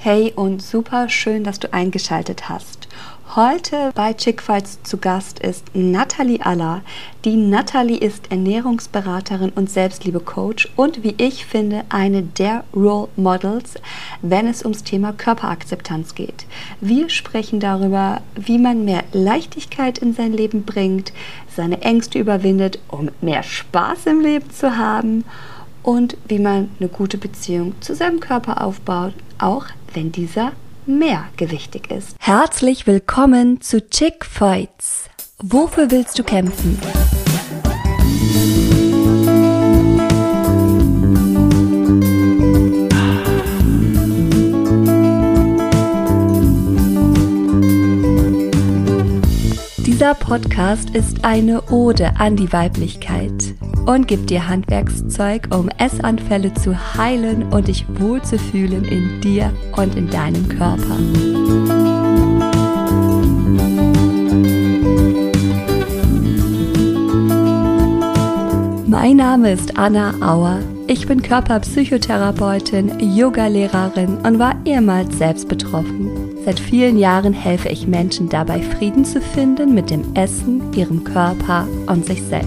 Hey und super schön, dass du eingeschaltet hast. Heute bei Chickfights zu Gast ist Nathalie Aller. Die Nathalie ist Ernährungsberaterin und Selbstliebe-Coach und wie ich finde, eine der Role Models, wenn es ums Thema Körperakzeptanz geht. Wir sprechen darüber, wie man mehr Leichtigkeit in sein Leben bringt, seine Ängste überwindet, um mehr Spaß im Leben zu haben und wie man eine gute Beziehung zu seinem Körper aufbaut, auch wenn dieser mehrgewichtig ist. Herzlich willkommen zu Chickfights. Wofür willst du kämpfen? Dieser Podcast ist eine Ode an die Weiblichkeit und gibt dir Handwerkszeug, um Essanfälle zu heilen und dich wohlzufühlen in dir und in deinem Körper. Mein Name ist Anna Auer. Ich bin Körperpsychotherapeutin, Yogalehrerin und war ehemals selbst betroffen. Seit vielen Jahren helfe ich Menschen dabei, Frieden zu finden mit dem Essen, ihrem Körper und sich selbst.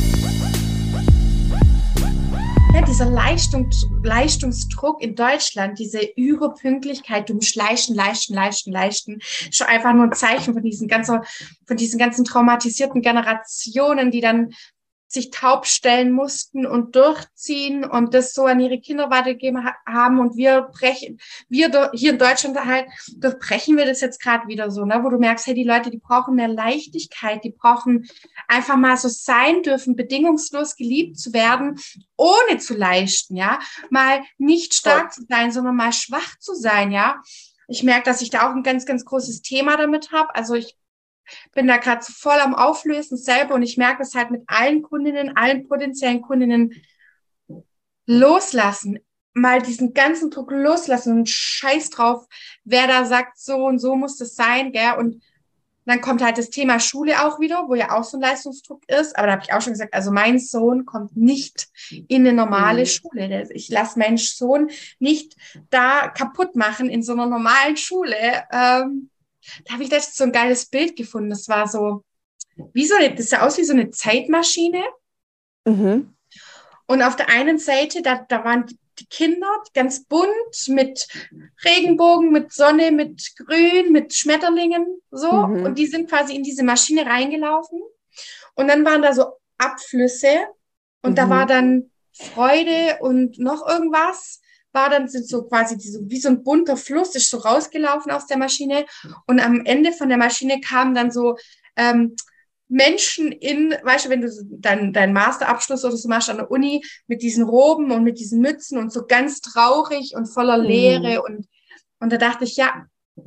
Ja, dieser Leistungsdruck in Deutschland, diese Überpünktlichkeit, du musst leisten, schon einfach nur ein Zeichen von diesen ganzen traumatisierten Generationen, die dann sich taub stellen mussten und durchziehen und das so an ihre Kinder weitergegeben haben und wir hier in Deutschland halt, durchbrechen wir das jetzt gerade wieder so, ne, wo du merkst, hey, die Leute, die brauchen mehr Leichtigkeit, die brauchen einfach mal so sein dürfen, bedingungslos geliebt zu werden, ohne zu leisten, ja, mal nicht stark zu sein, sondern mal schwach zu sein, ja. Ich merke, dass ich da auch ein ganz, ganz großes Thema damit habe, also ich bin da gerade so voll am Auflösen selber und ich merke es halt mit allen Kundinnen, allen potenziellen Kundinnen loslassen, mal diesen ganzen Druck loslassen und scheiß drauf, wer da sagt, so und so muss das sein, gell, und dann kommt halt das Thema Schule auch wieder, wo ja auch so ein Leistungsdruck ist, aber da habe ich auch schon gesagt, also mein Sohn kommt nicht in eine normale Schule, ich lasse meinen Sohn nicht da kaputt machen in so einer normalen Schule, da habe ich letztens so ein geiles Bild gefunden. Das war so, das sah aus wie so eine Zeitmaschine. Mhm. Und auf der einen Seite, da waren die Kinder ganz bunt mit Regenbogen, mit Sonne, mit Grün, mit Schmetterlingen, so. Mhm. Und die sind quasi in diese Maschine reingelaufen. Und dann waren da so Abflüsse. Und da war dann Freude und noch irgendwas. Sind so quasi wie so ein bunter Fluss, ist so rausgelaufen aus der Maschine und am Ende von der Maschine kamen dann so Menschen weißt du, wenn du deinen Masterabschluss oder so machst an der Uni mit diesen Roben und mit diesen Mützen und so ganz traurig und voller Leere und da dachte ich, ja,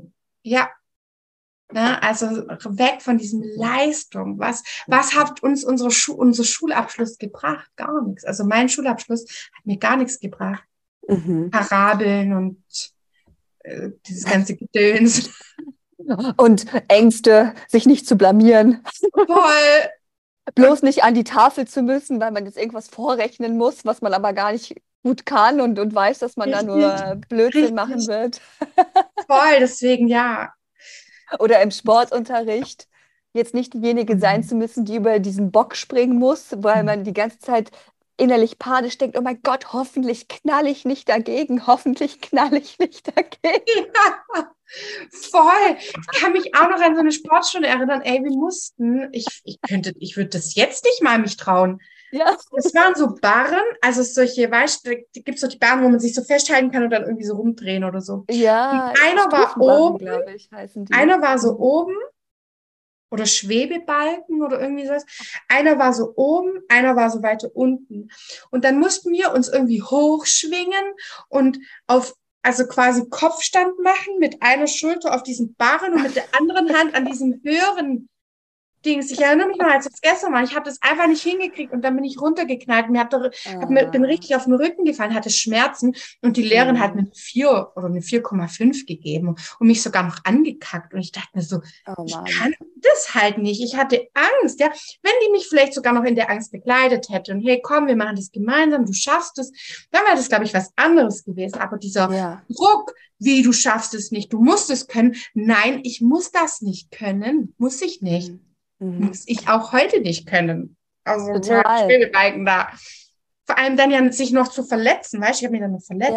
ne, also weg von diesem Leistung. Was hat uns unser Schulabschluss gebracht? Gar nichts. Also mein Schulabschluss hat mir gar nichts gebracht. Parabeln und dieses ganze Gedöns. Und Ängste, sich nicht zu blamieren. Voll. Bloß nicht an die Tafel zu müssen, weil man jetzt irgendwas vorrechnen muss, was man aber gar nicht gut kann und weiß, dass man da nur Blödsinn machen wird. Voll, deswegen ja. Oder im Sportunterricht jetzt nicht diejenige sein zu müssen, die über diesen Bock springen muss, weil man die ganze Zeit innerlich panisch denkt, oh mein Gott, hoffentlich knall ich nicht dagegen. Ja, voll. Ich kann mich auch noch an so eine Sportstunde erinnern. Ey, wir mussten, ich würde das jetzt nicht mal mich trauen. Ja. Es waren so Barren, also solche, weißt du, da gibt es so die Barren, wo man sich so festhalten kann und dann irgendwie so rumdrehen oder so. Ja, und einer war oben, glaube ich, heißen die. Einer war so oben oder Schwebebalken oder irgendwie sowas. Einer war so oben, einer war so weiter unten. Und dann mussten wir uns irgendwie hochschwingen und also quasi Kopfstand machen mit einer Schulter auf diesen Barren und mit der anderen Hand an diesem höheren Dings, ich erinnere mich noch, als es gestern war, ich habe das einfach nicht hingekriegt und dann bin ich runtergeknallt. Bin richtig auf den Rücken gefallen, hatte Schmerzen und die Lehrerin hat mir eine 4 oder eine 4,5 gegeben und mich sogar noch angekackt. Und ich dachte mir so, ich kann das halt nicht. Ich hatte Angst, ja. Wenn die mich vielleicht sogar noch in der Angst begleitet hätte und hey, komm, wir machen das gemeinsam, du schaffst es, dann wäre das, glaube ich, was anderes gewesen. Aber dieser Druck, wie du schaffst es nicht, du musst es können. Nein, ich muss das nicht können, muss ich nicht. Muss ich auch heute nicht können. Also Total. Schwebebalken da. Vor allem dann ja sich noch zu verletzen, weißt du, ich habe mich dann noch verletzt.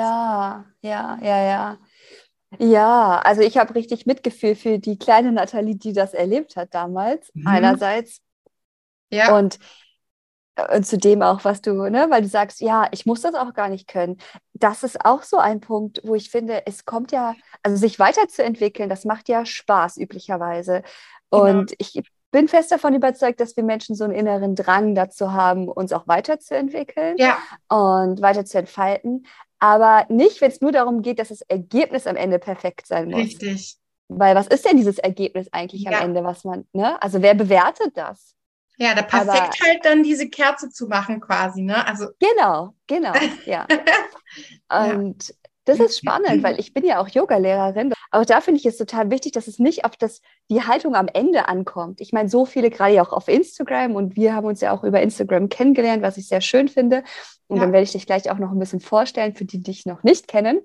Ja, also ich habe richtig Mitgefühl für die kleine Nathalie, die das erlebt hat damals, einerseits. Ja. Und zudem auch, was du, ne, weil du sagst, ja, ich muss das auch gar nicht können. Das ist auch so ein Punkt, wo ich finde, es kommt ja, also sich weiterzuentwickeln, das macht ja Spaß üblicherweise. Und ich bin fest davon überzeugt, dass wir Menschen so einen inneren Drang dazu haben, uns auch weiterzuentwickeln und weiter zu entfalten. Aber nicht, wenn es nur darum geht, dass das Ergebnis am Ende perfekt sein muss. Richtig. Weil was ist denn dieses Ergebnis eigentlich am Ende, was man, ne? Also wer bewertet das? Ja, da perfekt halt dann diese Kerze zu machen quasi, ne? Also Genau, ja. Und das ist spannend, weil ich bin ja auch Yoga-Lehrerin. Auch da finde ich es total wichtig, dass es nicht auf die Haltung am Ende ankommt. Ich meine, so viele, gerade ja auch auf Instagram, und wir haben uns ja auch über Instagram kennengelernt, was ich sehr schön finde. Und dann werde ich dich gleich auch noch ein bisschen vorstellen, für die dich noch nicht kennen.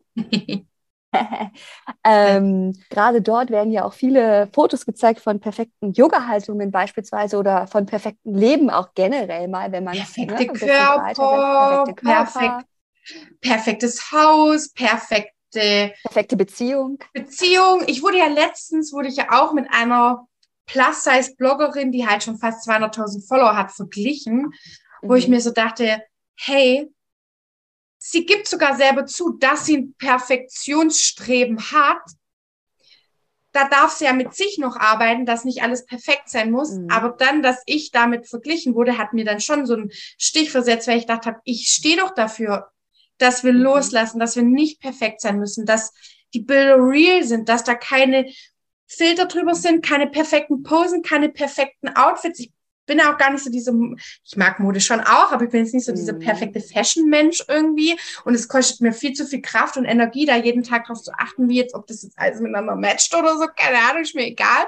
Gerade dort werden ja auch viele Fotos gezeigt von perfekten Yoga-Haltungen beispielsweise oder von perfektem Leben auch generell mal, wenn man perfekte Körper, perfektes Haus, perfekte Beziehung. Ich wurde ja auch mit einer Plus-Size-Bloggerin, die halt schon fast 200.000 Follower hat, verglichen, wo ich mir so dachte, hey, sie gibt sogar selber zu, dass sie ein Perfektionsstreben hat. Da darf sie ja mit sich noch arbeiten, dass nicht alles perfekt sein muss. Aber dann, dass ich damit verglichen wurde, hat mir dann schon so einen Stich versetzt, weil ich gedacht habe, ich stehe doch dafür, dass wir loslassen, dass wir nicht perfekt sein müssen, dass die Bilder real sind, dass da keine Filter drüber sind, keine perfekten Posen, keine perfekten Outfits. Ich bin ja auch gar nicht so ich mag Mode schon auch, aber ich bin jetzt nicht so dieser perfekte Fashion-Mensch irgendwie. Und es kostet mir viel zu viel Kraft und Energie, da jeden Tag drauf zu achten, wie jetzt, ob das jetzt alles miteinander matcht oder so. Keine Ahnung, ist mir egal.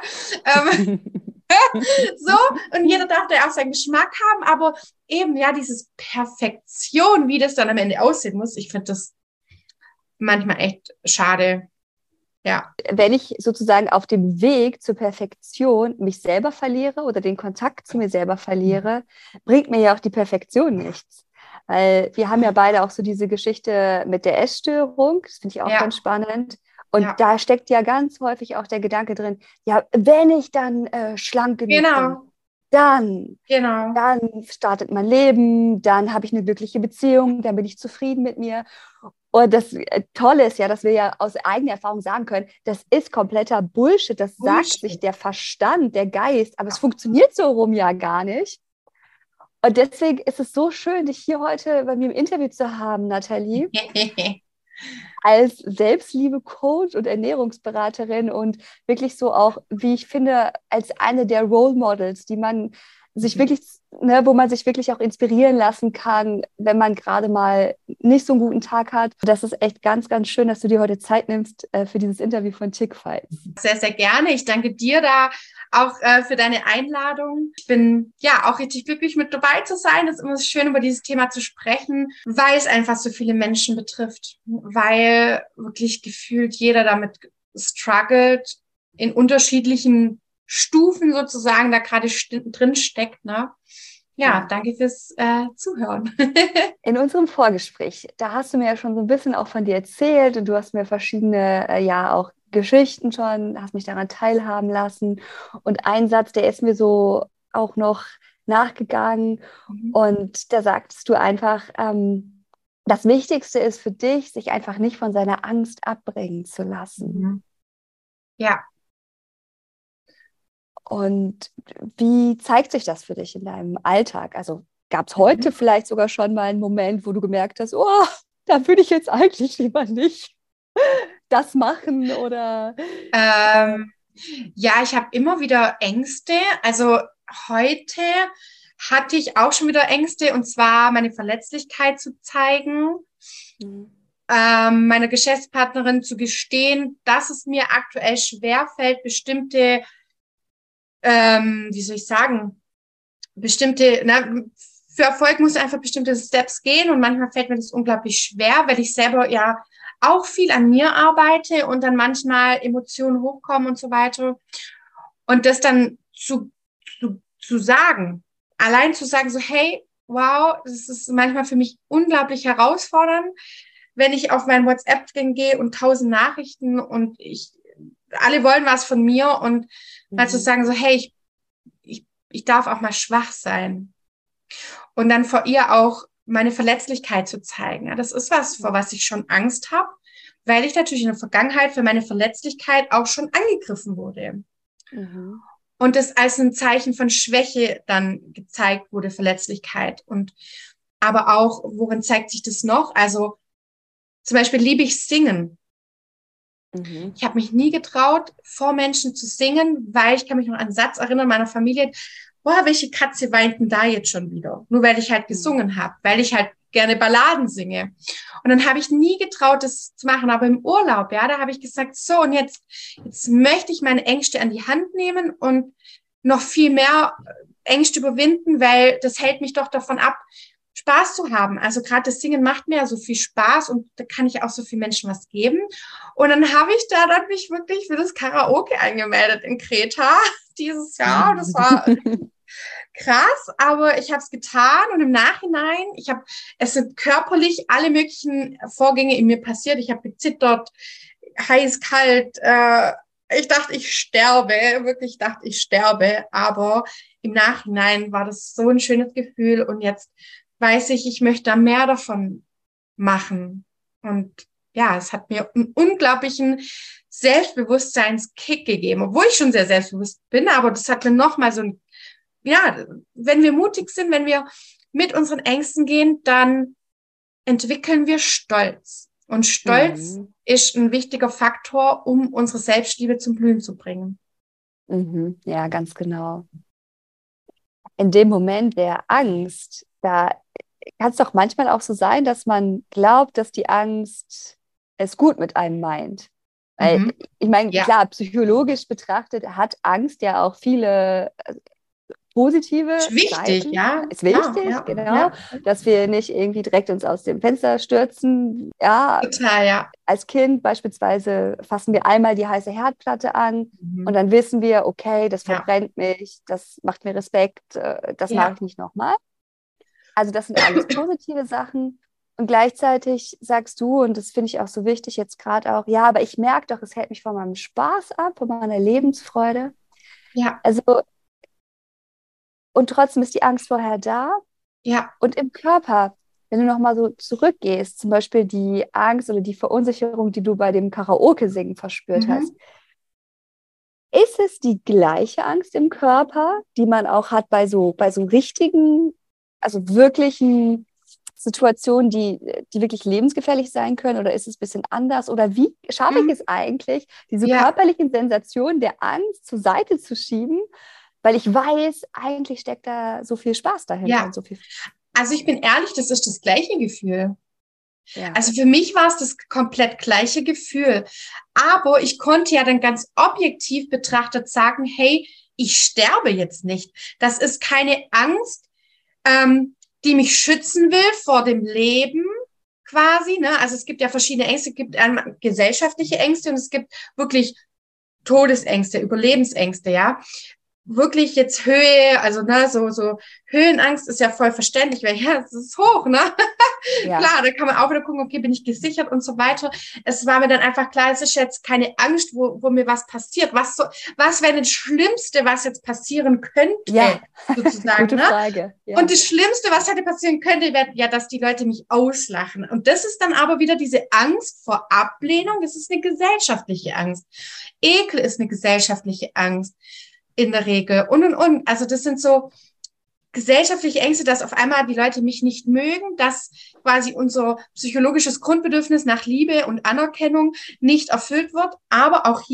So, und jeder darf da auch seinen Geschmack haben, aber eben, ja, dieses Perfektion, wie das dann am Ende aussehen muss, ich finde das manchmal echt schade. Ja. Wenn ich sozusagen auf dem Weg zur Perfektion mich selber verliere oder den Kontakt zu mir selber verliere, bringt mir ja auch die Perfektion nichts. Weil wir haben ja beide auch so diese Geschichte mit der Essstörung, das finde ich auch ganz spannend. Und da steckt ja ganz häufig auch der Gedanke drin, ja, wenn ich dann schlank genug bin, dann startet mein Leben, dann habe ich eine glückliche Beziehung, dann bin ich zufrieden mit mir. Und das Tolle ist ja, dass wir ja aus eigener Erfahrung sagen können, das ist kompletter Bullshit, das sagt sich der Verstand, der Geist, aber es funktioniert so rum ja gar nicht. Und deswegen ist es so schön, dich hier heute bei mir im Interview zu haben, Nathalie, als Selbstliebe-Coach und Ernährungsberaterin und wirklich so auch, wie ich finde, als eine der Role Models, die man sich wirklich, wo man sich wirklich auch inspirieren lassen kann, wenn man gerade mal nicht so einen guten Tag hat. Das ist echt ganz, ganz schön, dass du dir heute Zeit nimmst für dieses Interview von Chickfights. Sehr, sehr gerne. Ich danke dir da auch für deine Einladung. Ich bin ja auch richtig glücklich, mit dabei zu sein. Es ist immer schön, über dieses Thema zu sprechen, weil es einfach so viele Menschen betrifft, weil wirklich gefühlt jeder damit struggelt in unterschiedlichen Stufen sozusagen da gerade drin steckt, ne? Ja, danke fürs Zuhören. In unserem Vorgespräch, da hast du mir ja schon so ein bisschen auch von dir erzählt und du hast mir verschiedene, auch Geschichten schon, hast mich daran teilhaben lassen. Und ein Satz, der ist mir so auch noch nachgegangen und da sagtest du einfach, das Wichtigste ist für dich, sich einfach nicht von seiner Angst abbringen zu lassen. Ja. Und wie zeigt sich das für dich in deinem Alltag? Also gab es heute vielleicht sogar schon mal einen Moment, wo du gemerkt hast, oh, da würde ich jetzt eigentlich lieber nicht das machen oder... Ja, ich habe immer wieder Ängste. Also heute hatte ich auch schon wieder Ängste, und zwar meine Verletzlichkeit zu zeigen, meiner Geschäftspartnerin zu gestehen, dass es mir aktuell schwerfällt, bestimmte, wie soll ich sagen, für Erfolg muss einfach bestimmte Steps gehen, und manchmal fällt mir das unglaublich schwer, weil ich selber ja auch viel an mir arbeite und dann manchmal Emotionen hochkommen und so weiter. Und das dann zu sagen, allein zu sagen, so, hey, wow, das ist manchmal für mich unglaublich herausfordernd, wenn ich auf mein WhatsApp-Ding gehe und 1000 Nachrichten und alle wollen was von mir, und mal zu sagen, so, hey, ich darf auch mal schwach sein. Und dann vor ihr auch meine Verletzlichkeit zu zeigen. Ja, das ist was, vor was ich schon Angst habe, weil ich natürlich in der Vergangenheit für meine Verletzlichkeit auch schon angegriffen wurde. Mhm. Und das als ein Zeichen von Schwäche dann gezeigt wurde, Verletzlichkeit. Aber auch, worin zeigt sich das noch? Also zum Beispiel liebe ich Singen. Mhm. Ich habe mich nie getraut, vor Menschen zu singen, weil ich kann mich noch an einen Satz erinnern meiner Familie: Boah, welche Katze weint denn da jetzt schon wieder? Nur weil ich halt gesungen habe, weil ich halt gerne Balladen singe. Und dann habe ich nie getraut, das zu machen. Aber im Urlaub, ja, da habe ich gesagt, so, und jetzt möchte ich meine Ängste an die Hand nehmen und noch viel mehr Ängste überwinden, weil das hält mich doch davon ab, Spaß zu haben. Also gerade das Singen macht mir ja so viel Spaß, und da kann ich auch so vielen Menschen was geben. Und dann habe ich dann mich wirklich für das Karaoke angemeldet in Kreta dieses Jahr. Das war krass, aber ich habe es getan, und im Nachhinein, es sind körperlich alle möglichen Vorgänge in mir passiert. Ich habe gezittert, heiß, kalt. Ich dachte, ich sterbe, aber im Nachhinein war das so ein schönes Gefühl, und jetzt weiß ich möchte da mehr davon machen. Und ja, es hat mir einen unglaublichen Selbstbewusstseinskick gegeben, obwohl ich schon sehr selbstbewusst bin, aber das hat mir nochmal so ein, ja, wenn wir mutig sind, wenn wir mit unseren Ängsten gehen, dann entwickeln wir Stolz. Und Stolz ist ein wichtiger Faktor, um unsere Selbstliebe zum Blühen zu bringen. Mhm. Ja, ganz genau. In dem Moment der Angst, da kann es doch manchmal auch so sein, dass man glaubt, dass die Angst es gut mit einem meint. Weil, ich meine, klar, psychologisch betrachtet hat Angst ja auch viele positive ist wichtig, Seiten. Ja. Ist wichtig, genau. Ja. Dass wir nicht irgendwie direkt uns aus dem Fenster stürzen. Ja, total, ja. Als Kind beispielsweise fassen wir einmal die heiße Herdplatte an und dann wissen wir, okay, das verbrennt mich, das macht mir Respekt, das mache ich nicht nochmal. Also das sind alles positive Sachen. Und gleichzeitig sagst du, und das finde ich auch so wichtig jetzt gerade auch, ja, aber ich merke doch, es hält mich von meinem Spaß ab, von meiner Lebensfreude. Ja. Also, und trotzdem ist die Angst vorher da. Ja. Und im Körper, wenn du nochmal so zurückgehst, zum Beispiel die Angst oder die Verunsicherung, die du bei dem Karaoke-Singen verspürt hast, ist es die gleiche Angst im Körper, die man auch hat bei so richtigen, also wirklichen Situationen, die wirklich lebensgefährlich sein können, oder ist es ein bisschen anders? Oder wie schaffe ich es eigentlich, diese körperlichen Sensationen der Angst zur Seite zu schieben, weil ich weiß, eigentlich steckt da so viel Spaß dahinter. Ja. Und so viel. Also ich bin ehrlich, das ist das gleiche Gefühl. Ja. Also für mich war es das komplett gleiche Gefühl. Aber ich konnte ja dann ganz objektiv betrachtet sagen, hey, ich sterbe jetzt nicht. Das ist keine Angst, die mich schützen will vor dem Leben quasi. Ne? Also es gibt ja verschiedene Ängste. Es gibt gesellschaftliche Ängste und es gibt wirklich Todesängste, Überlebensängste, ja. Wirklich jetzt Höhe, also ne, so Höhenangst ist ja voll verständlich, weil ja, es ist hoch, ne? Ja. Klar, da kann man auch wieder gucken, okay, bin ich gesichert und so weiter. Es war mir dann einfach klar, es ist jetzt keine Angst, wo mir was passiert. Was wäre das Schlimmste, was jetzt passieren könnte, sozusagen, Gute ne? Frage. Ja. Und das Schlimmste, was hätte passieren könnte, wäre ja, dass die Leute mich auslachen. Und das ist dann aber wieder diese Angst vor Ablehnung. Das ist eine gesellschaftliche Angst. Ekel ist eine gesellschaftliche Angst. In der Regel und. Also das sind so gesellschaftliche Ängste, dass auf einmal die Leute mich nicht mögen, dass quasi unser psychologisches Grundbedürfnis nach Liebe und Anerkennung nicht erfüllt wird. Aber auch hier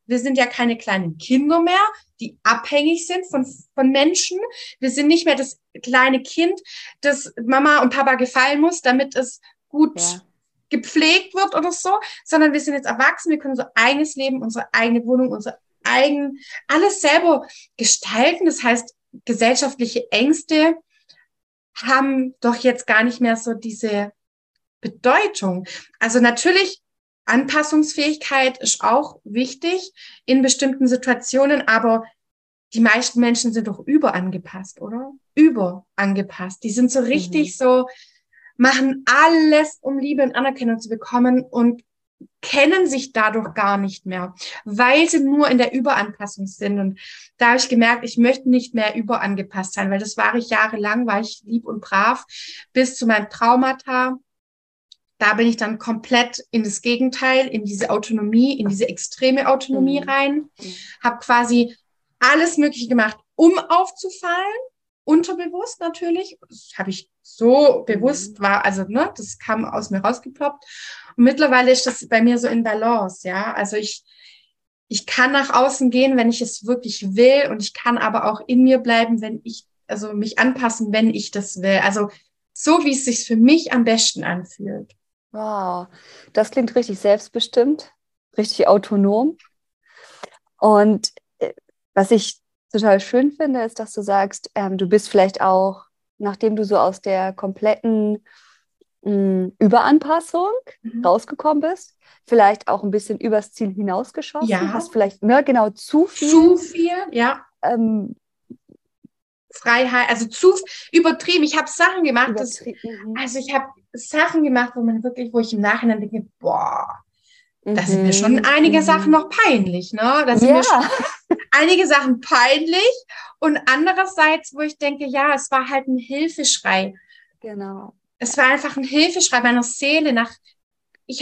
wir sind ja keine kleinen Kinder mehr, die abhängig sind von Menschen. Wir sind nicht mehr das kleine Kind, das Mama und Papa gefallen muss, damit es gut gepflegt wird oder so, sondern wir sind jetzt erwachsen, wir können unser eigenes Leben, unsere eigene Wohnung, alles selber gestalten. Das heißt, gesellschaftliche Ängste haben doch jetzt gar nicht mehr so diese Bedeutung. Also natürlich, Anpassungsfähigkeit ist auch wichtig in bestimmten Situationen, aber die meisten Menschen sind doch überangepasst, oder? Überangepasst. Die sind so richtig so, machen alles, um Liebe und Anerkennung zu bekommen und kennen sich dadurch gar nicht mehr, weil sie nur in der Überanpassung sind. Und da habe ich gemerkt, ich möchte nicht mehr überangepasst sein, weil das war ich jahrelang, war ich lieb und brav bis zu meinem Traumata. Da bin ich dann komplett in das Gegenteil, in diese Autonomie, in diese extreme Autonomie rein, habe quasi alles Mögliche gemacht, um aufzufallen, unterbewusst natürlich. Das habe ich so bewusst das kam aus mir rausgeploppt. Und mittlerweile ist das bei mir so in Balance, ja. Also ich kann nach außen gehen, wenn ich es wirklich will, und ich kann aber auch in mir bleiben, mich anpassen, wenn ich das will. Also so, wie es sich für mich am besten anfühlt. Wow, das klingt richtig selbstbestimmt, richtig autonom. Und was ich total schön finde, ist, dass du sagst, du bist vielleicht auch, nachdem du so aus der kompletten Überanpassung rausgekommen bist, vielleicht auch ein bisschen übers Ziel hinausgeschossen, hast vielleicht zu viel. Zu viel, ja. Freiheit, also zu übertrieben. Ich habe Sachen gemacht, wo ich im Nachhinein denke, boah, da sind mir schon einige Sachen noch peinlich, ne? Da sind mir schon einige Sachen peinlich, und andererseits, wo ich denke, ja, es war halt ein Hilfeschrei. Genau. Es war einfach ein Hilfeschrei meiner Seele ich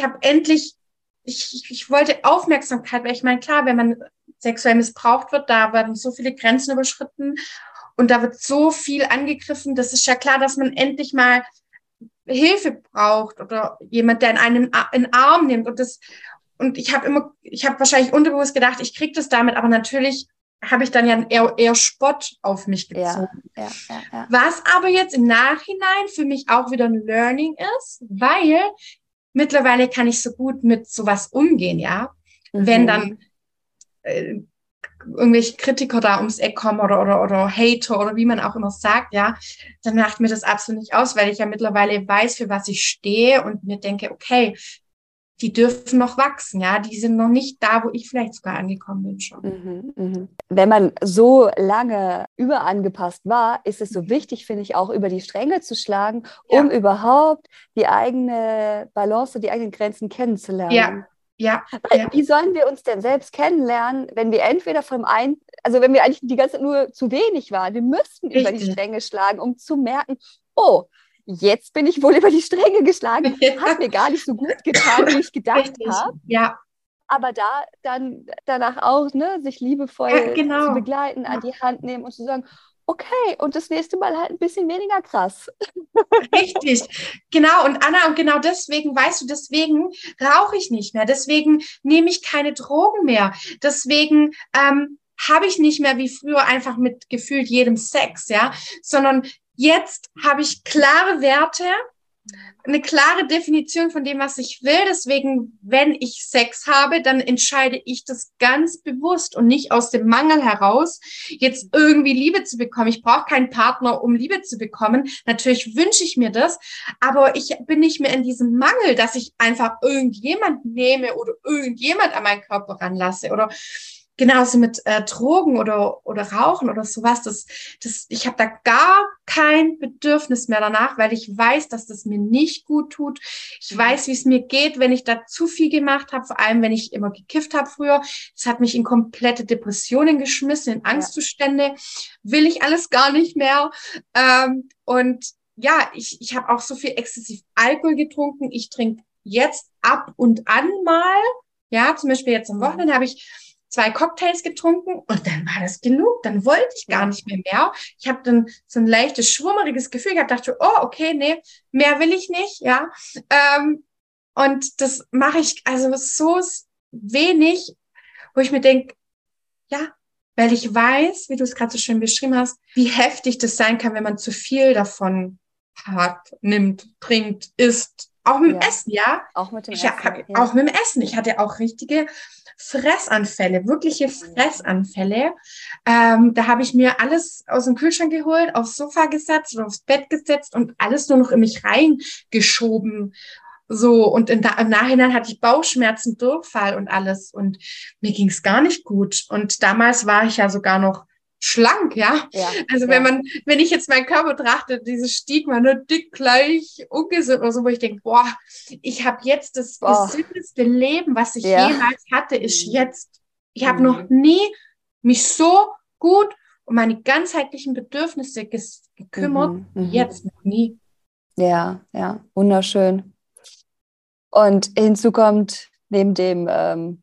wollte Aufmerksamkeit, weil ich meine, klar, wenn man sexuell missbraucht wird, da werden so viele Grenzen überschritten und da wird so viel angegriffen, das ist ja klar, dass man endlich mal Hilfe braucht oder jemand, der einen in den Arm nimmt, und ich habe wahrscheinlich unterbewusst gedacht, ich kriege das damit, aber natürlich habe ich dann ja eher Spott auf mich gezogen. Ja. Was aber jetzt im Nachhinein für mich auch wieder ein Learning ist, weil mittlerweile kann ich so gut mit sowas umgehen, ja. Wenn dann irgendwelche Kritiker da ums Eck kommen oder Hater oder wie man auch immer sagt, ja, dann macht mir das absolut nicht aus, weil ich ja mittlerweile weiß, für was ich stehe, und mir denke, okay, die dürfen noch wachsen, ja, die sind noch nicht da, wo ich vielleicht sogar angekommen bin schon. Wenn man so lange überangepasst war, ist es so wichtig, finde ich, auch über die Stränge zu schlagen, um überhaupt die eigene Balance, die eigenen Grenzen kennenzulernen. Ja. Wie sollen wir uns denn selbst kennenlernen, wenn wir entweder wenn wir eigentlich die ganze Zeit nur zu wenig waren? Wir müssten über die Stränge schlagen, um zu merken, oh, jetzt bin ich wohl über die Stränge geschlagen, hat mir gar nicht so gut getan, wie ich gedacht habe. Ja. Aber danach auch, sich liebevoll zu begleiten, an die Hand nehmen und zu sagen, okay, und das nächste Mal halt ein bisschen weniger krass. Richtig, genau. Und Anna, und genau deswegen, weißt du, deswegen rauche ich nicht mehr, deswegen nehme ich keine Drogen mehr, deswegen habe ich nicht mehr wie früher einfach mit gefühlt jedem Sex, ja, sondern jetzt habe ich klare Werte, eine klare Definition von dem, was ich will. Deswegen, wenn ich Sex habe, dann entscheide ich das ganz bewusst und nicht aus dem Mangel heraus, jetzt irgendwie Liebe zu bekommen. Ich brauche keinen Partner, um Liebe zu bekommen. Natürlich wünsche ich mir das, aber ich bin nicht mehr in diesem Mangel, dass ich einfach irgendjemand nehme oder irgendjemand an meinen Körper ranlasse oder genauso mit Drogen oder Rauchen oder sowas. Ich habe da gar kein Bedürfnis mehr danach, weil ich weiß, dass das mir nicht gut tut. Ich weiß, wie es mir geht, wenn ich da zu viel gemacht habe, vor allem, wenn ich immer gekifft habe früher. Das hat mich in komplette Depressionen geschmissen, in Angstzustände. Will ich alles gar nicht mehr. Und ja, ich habe auch so viel exzessiv Alkohol getrunken. Ich trinke jetzt ab und an mal. Ja, zum Beispiel jetzt am Wochenende habe ich 2 Cocktails getrunken und dann war das genug. Dann wollte ich gar nicht mehr. Ich habe dann so ein leichtes, schwummeriges Gefühl gehabt, dachte, oh, okay, nee, mehr will ich nicht, ja. Und das mache ich also so wenig. wo ich mir denke, ja, weil ich weiß, wie du es gerade so schön beschrieben hast, wie heftig das sein kann, wenn man zu viel davon hat, nimmt, trinkt, isst. Auch mit dem Essen, ja. Auch mit dem Ich Essen. auch mit dem Essen. Ich hatte auch richtige Fressanfälle, wirkliche Fressanfälle. Da habe ich mir alles aus dem Kühlschrank geholt, aufs Sofa gesetzt oder aufs Bett gesetzt und alles nur noch in mich reingeschoben. So, und im Nachhinein hatte ich Bauchschmerzen, Durchfall und alles. Und mir ging es gar nicht gut. Und damals war ich ja sogar noch schlank, ja. Also wenn ich jetzt meinen Körper betrachte, dieses Stigma, nur dick, gleich, ungesund oder so, wo ich denke, boah, ich habe jetzt das gesündeste Leben, was ich jemals hatte, ist jetzt. Ich habe noch nie mich so gut um meine ganzheitlichen Bedürfnisse gekümmert, jetzt noch nie. Ja, wunderschön. Und hinzu kommt neben dem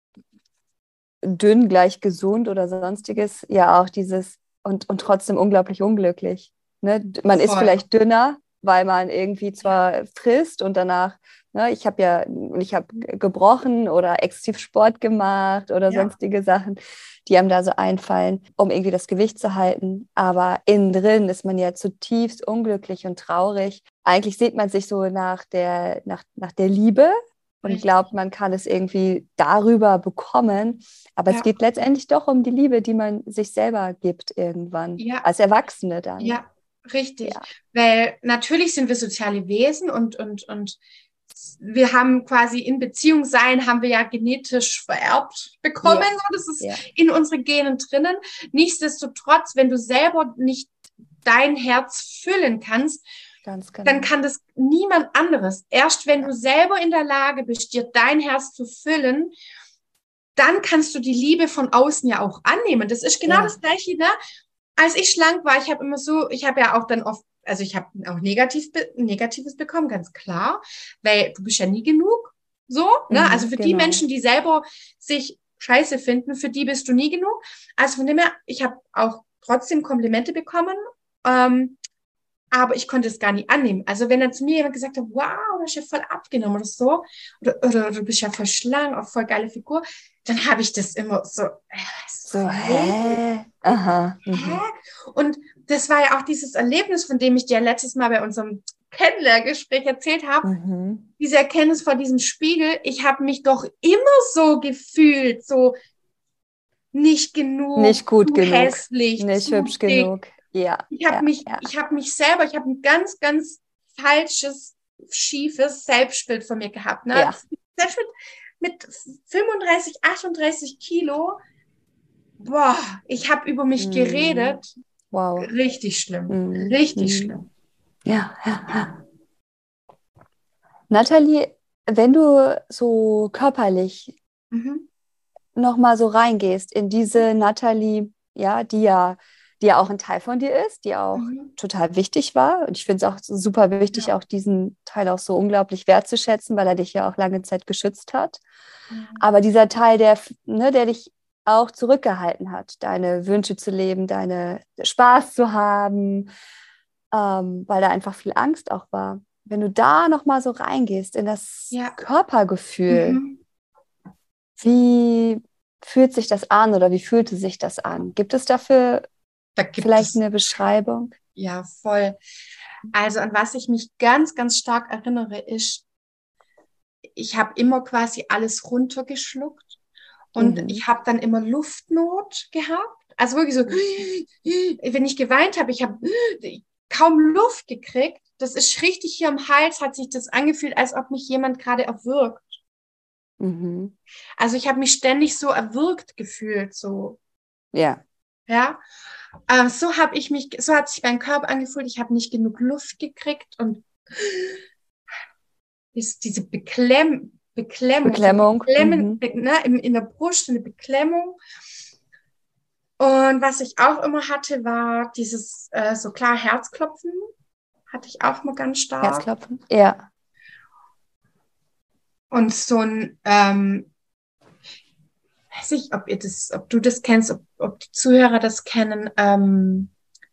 dünn gleich gesund oder sonstiges, ja auch dieses und trotzdem unglaublich unglücklich. Ne? Man ist vielleicht dünner, weil man irgendwie zwar frisst und danach, ne, ich habe gebrochen oder exzessiv Sport gemacht oder sonstige Sachen, die einem da so einfallen, um irgendwie das Gewicht zu halten. Aber innen drin ist man ja zutiefst unglücklich und traurig. Eigentlich sieht man sich so nach der Liebe und glaubt, man kann es irgendwie darüber bekommen. Aber es geht letztendlich doch um die Liebe, die man sich selber gibt irgendwann, als Erwachsene dann. Ja, richtig. Ja. Weil natürlich sind wir soziale Wesen und wir haben quasi in Beziehung sein, haben wir ja genetisch vererbt bekommen. Ja. So, das ist in unseren Genen drinnen. Nichtsdestotrotz, wenn du selber nicht dein Herz füllen kannst, dann kann das niemand anderes. Erst wenn du selber in der Lage bist, dir dein Herz zu füllen, dann kannst du die Liebe von außen ja auch annehmen. Das ist genau das Gleiche, ne? Als ich schlank war, ich habe ja auch dann oft, also ich habe auch Negatives bekommen, ganz klar, weil du bist ja nie genug, so, ne? Also für die Menschen, die selber sich scheiße finden, für die bist du nie genug. Also von dem her, ich habe auch trotzdem Komplimente bekommen, aber ich konnte es gar nicht annehmen. Also wenn dann zu mir jemand gesagt hat, wow, du hast ja voll abgenommen oder so, oder du bist ja voll schlank, auch voll geile Figur, dann habe ich das immer so, hä? Aha. Hä? Und das war ja auch dieses Erlebnis, von dem ich dir letztes Mal bei unserem Kennenlerngespräch erzählt habe. Diese Erkenntnis vor diesem Spiegel, ich habe mich doch immer so gefühlt, so nicht genug, nicht gut zu genug, hässlich, nicht zu hübsch dick. genug. Ja. Ich habe mich selber, ich habe ein ganz, ganz falsches, schiefes Selbstbild von mir gehabt. Ne? Ja. Selbst mit 35, 38 Kilo, boah, ich habe über mich geredet. Wow. Richtig schlimm. Richtig schlimm. Ja. Nathalie, wenn du so körperlich nochmal so reingehst in diese Nathalie, ja, die ja auch ein Teil von dir ist, die auch total wichtig war. Und ich finde es auch super wichtig, auch diesen Teil auch so unglaublich wertzuschätzen, weil er dich ja auch lange Zeit geschützt hat. Aber dieser Teil, der dich auch zurückgehalten hat, deine Wünsche zu leben, deine Spaß zu haben, weil da einfach viel Angst auch war. Wenn du da nochmal so reingehst in das Körpergefühl, wie fühlt sich das an oder wie fühlte sich das an? Gibt es dafür vielleicht eine Beschreibung? Ja, voll. Also an was ich mich ganz, ganz stark erinnere, ist, ich habe immer quasi alles runtergeschluckt und ich habe dann immer Luftnot gehabt. Also wirklich so, wenn ich geweint habe, ich habe kaum Luft gekriegt. Das ist richtig hier am Hals, hat sich das angefühlt, als ob mich jemand gerade erwürgt. Also ich habe mich ständig so erwürgt gefühlt, so. Ja. Ja. So hat sich mein Körper angefühlt. Ich habe nicht genug Luft gekriegt und diese Beklemmung. In der Brust, eine Beklemmung. Und was ich auch immer hatte, war dieses so klar Herzklopfen. Hatte ich auch mal ganz stark. Herzklopfen, ja. Und so ein, weiß ich, ob du das kennst, ob die Zuhörer das kennen.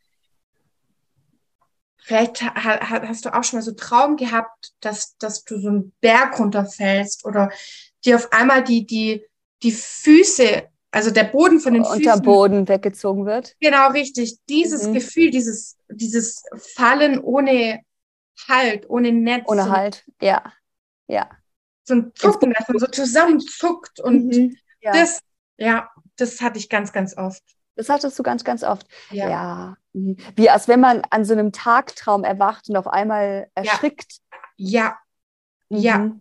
Vielleicht hast du auch schon mal so einen Traum gehabt, dass du so einen Berg runterfällst oder dir auf einmal die die Füße, also der Boden von den Unter Füßen, Boden weggezogen wird. genau richtig, dieses Gefühl, dieses Fallen ohne Halt, ohne Netz, Ohne Halt, ja. so ein Zucken, dass man so zusammenzuckt und Ja. das hatte ich ganz, ganz oft. Das hattest du ganz, ganz oft. Ja. Ja. Wie als wenn man an so einem Tagtraum erwacht und auf einmal erschrickt. Ja. Ja.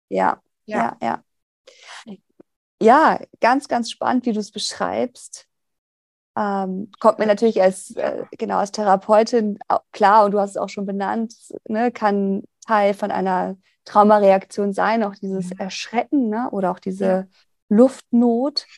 Ja, ganz, ganz spannend, wie du es beschreibst. Kommt mir natürlich als Therapeutin klar, und du hast es auch schon benannt, ne, kann Teil von einer Traumareaktion sein, auch dieses Erschrecken, ne, oder auch diese Luftnot.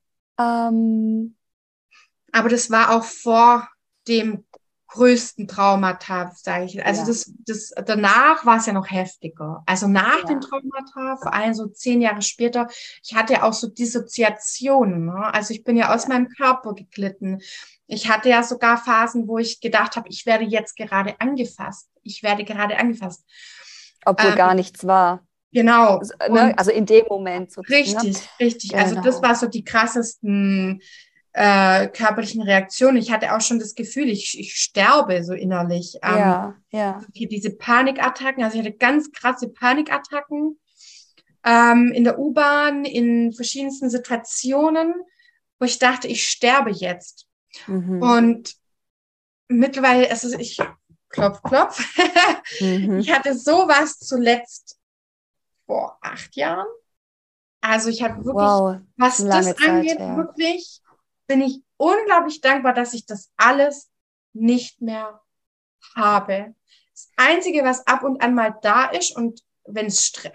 Aber das war auch vor dem größten Traumata, sage ich. Also das danach war es ja noch heftiger. Also nach dem Traumata, vor allem so 10 Jahre später, ich hatte auch so Dissoziationen. Ne? Also ich bin ja aus meinem Körper geglitten. Ich hatte ja sogar Phasen, wo ich gedacht habe, ich werde jetzt gerade angefasst. Ich werde gerade angefasst. Obwohl gar nichts war. Genau. Also in dem Moment sozusagen. Richtig. Genau. Also das war so die krassesten körperlichen Reaktionen. Ich hatte auch schon das Gefühl, ich sterbe so innerlich. Hier diese Panikattacken, also ich hatte ganz krasse Panikattacken in der U-Bahn, in verschiedensten Situationen, wo ich dachte, ich sterbe jetzt. Und mittlerweile, also ich klopf. Ich hatte sowas zuletzt vor 8 Jahren. Also ich habe wirklich, was das angeht, wirklich bin ich unglaublich dankbar, dass ich das alles nicht mehr habe. Das Einzige, was ab und an mal da ist, und wenn es Stress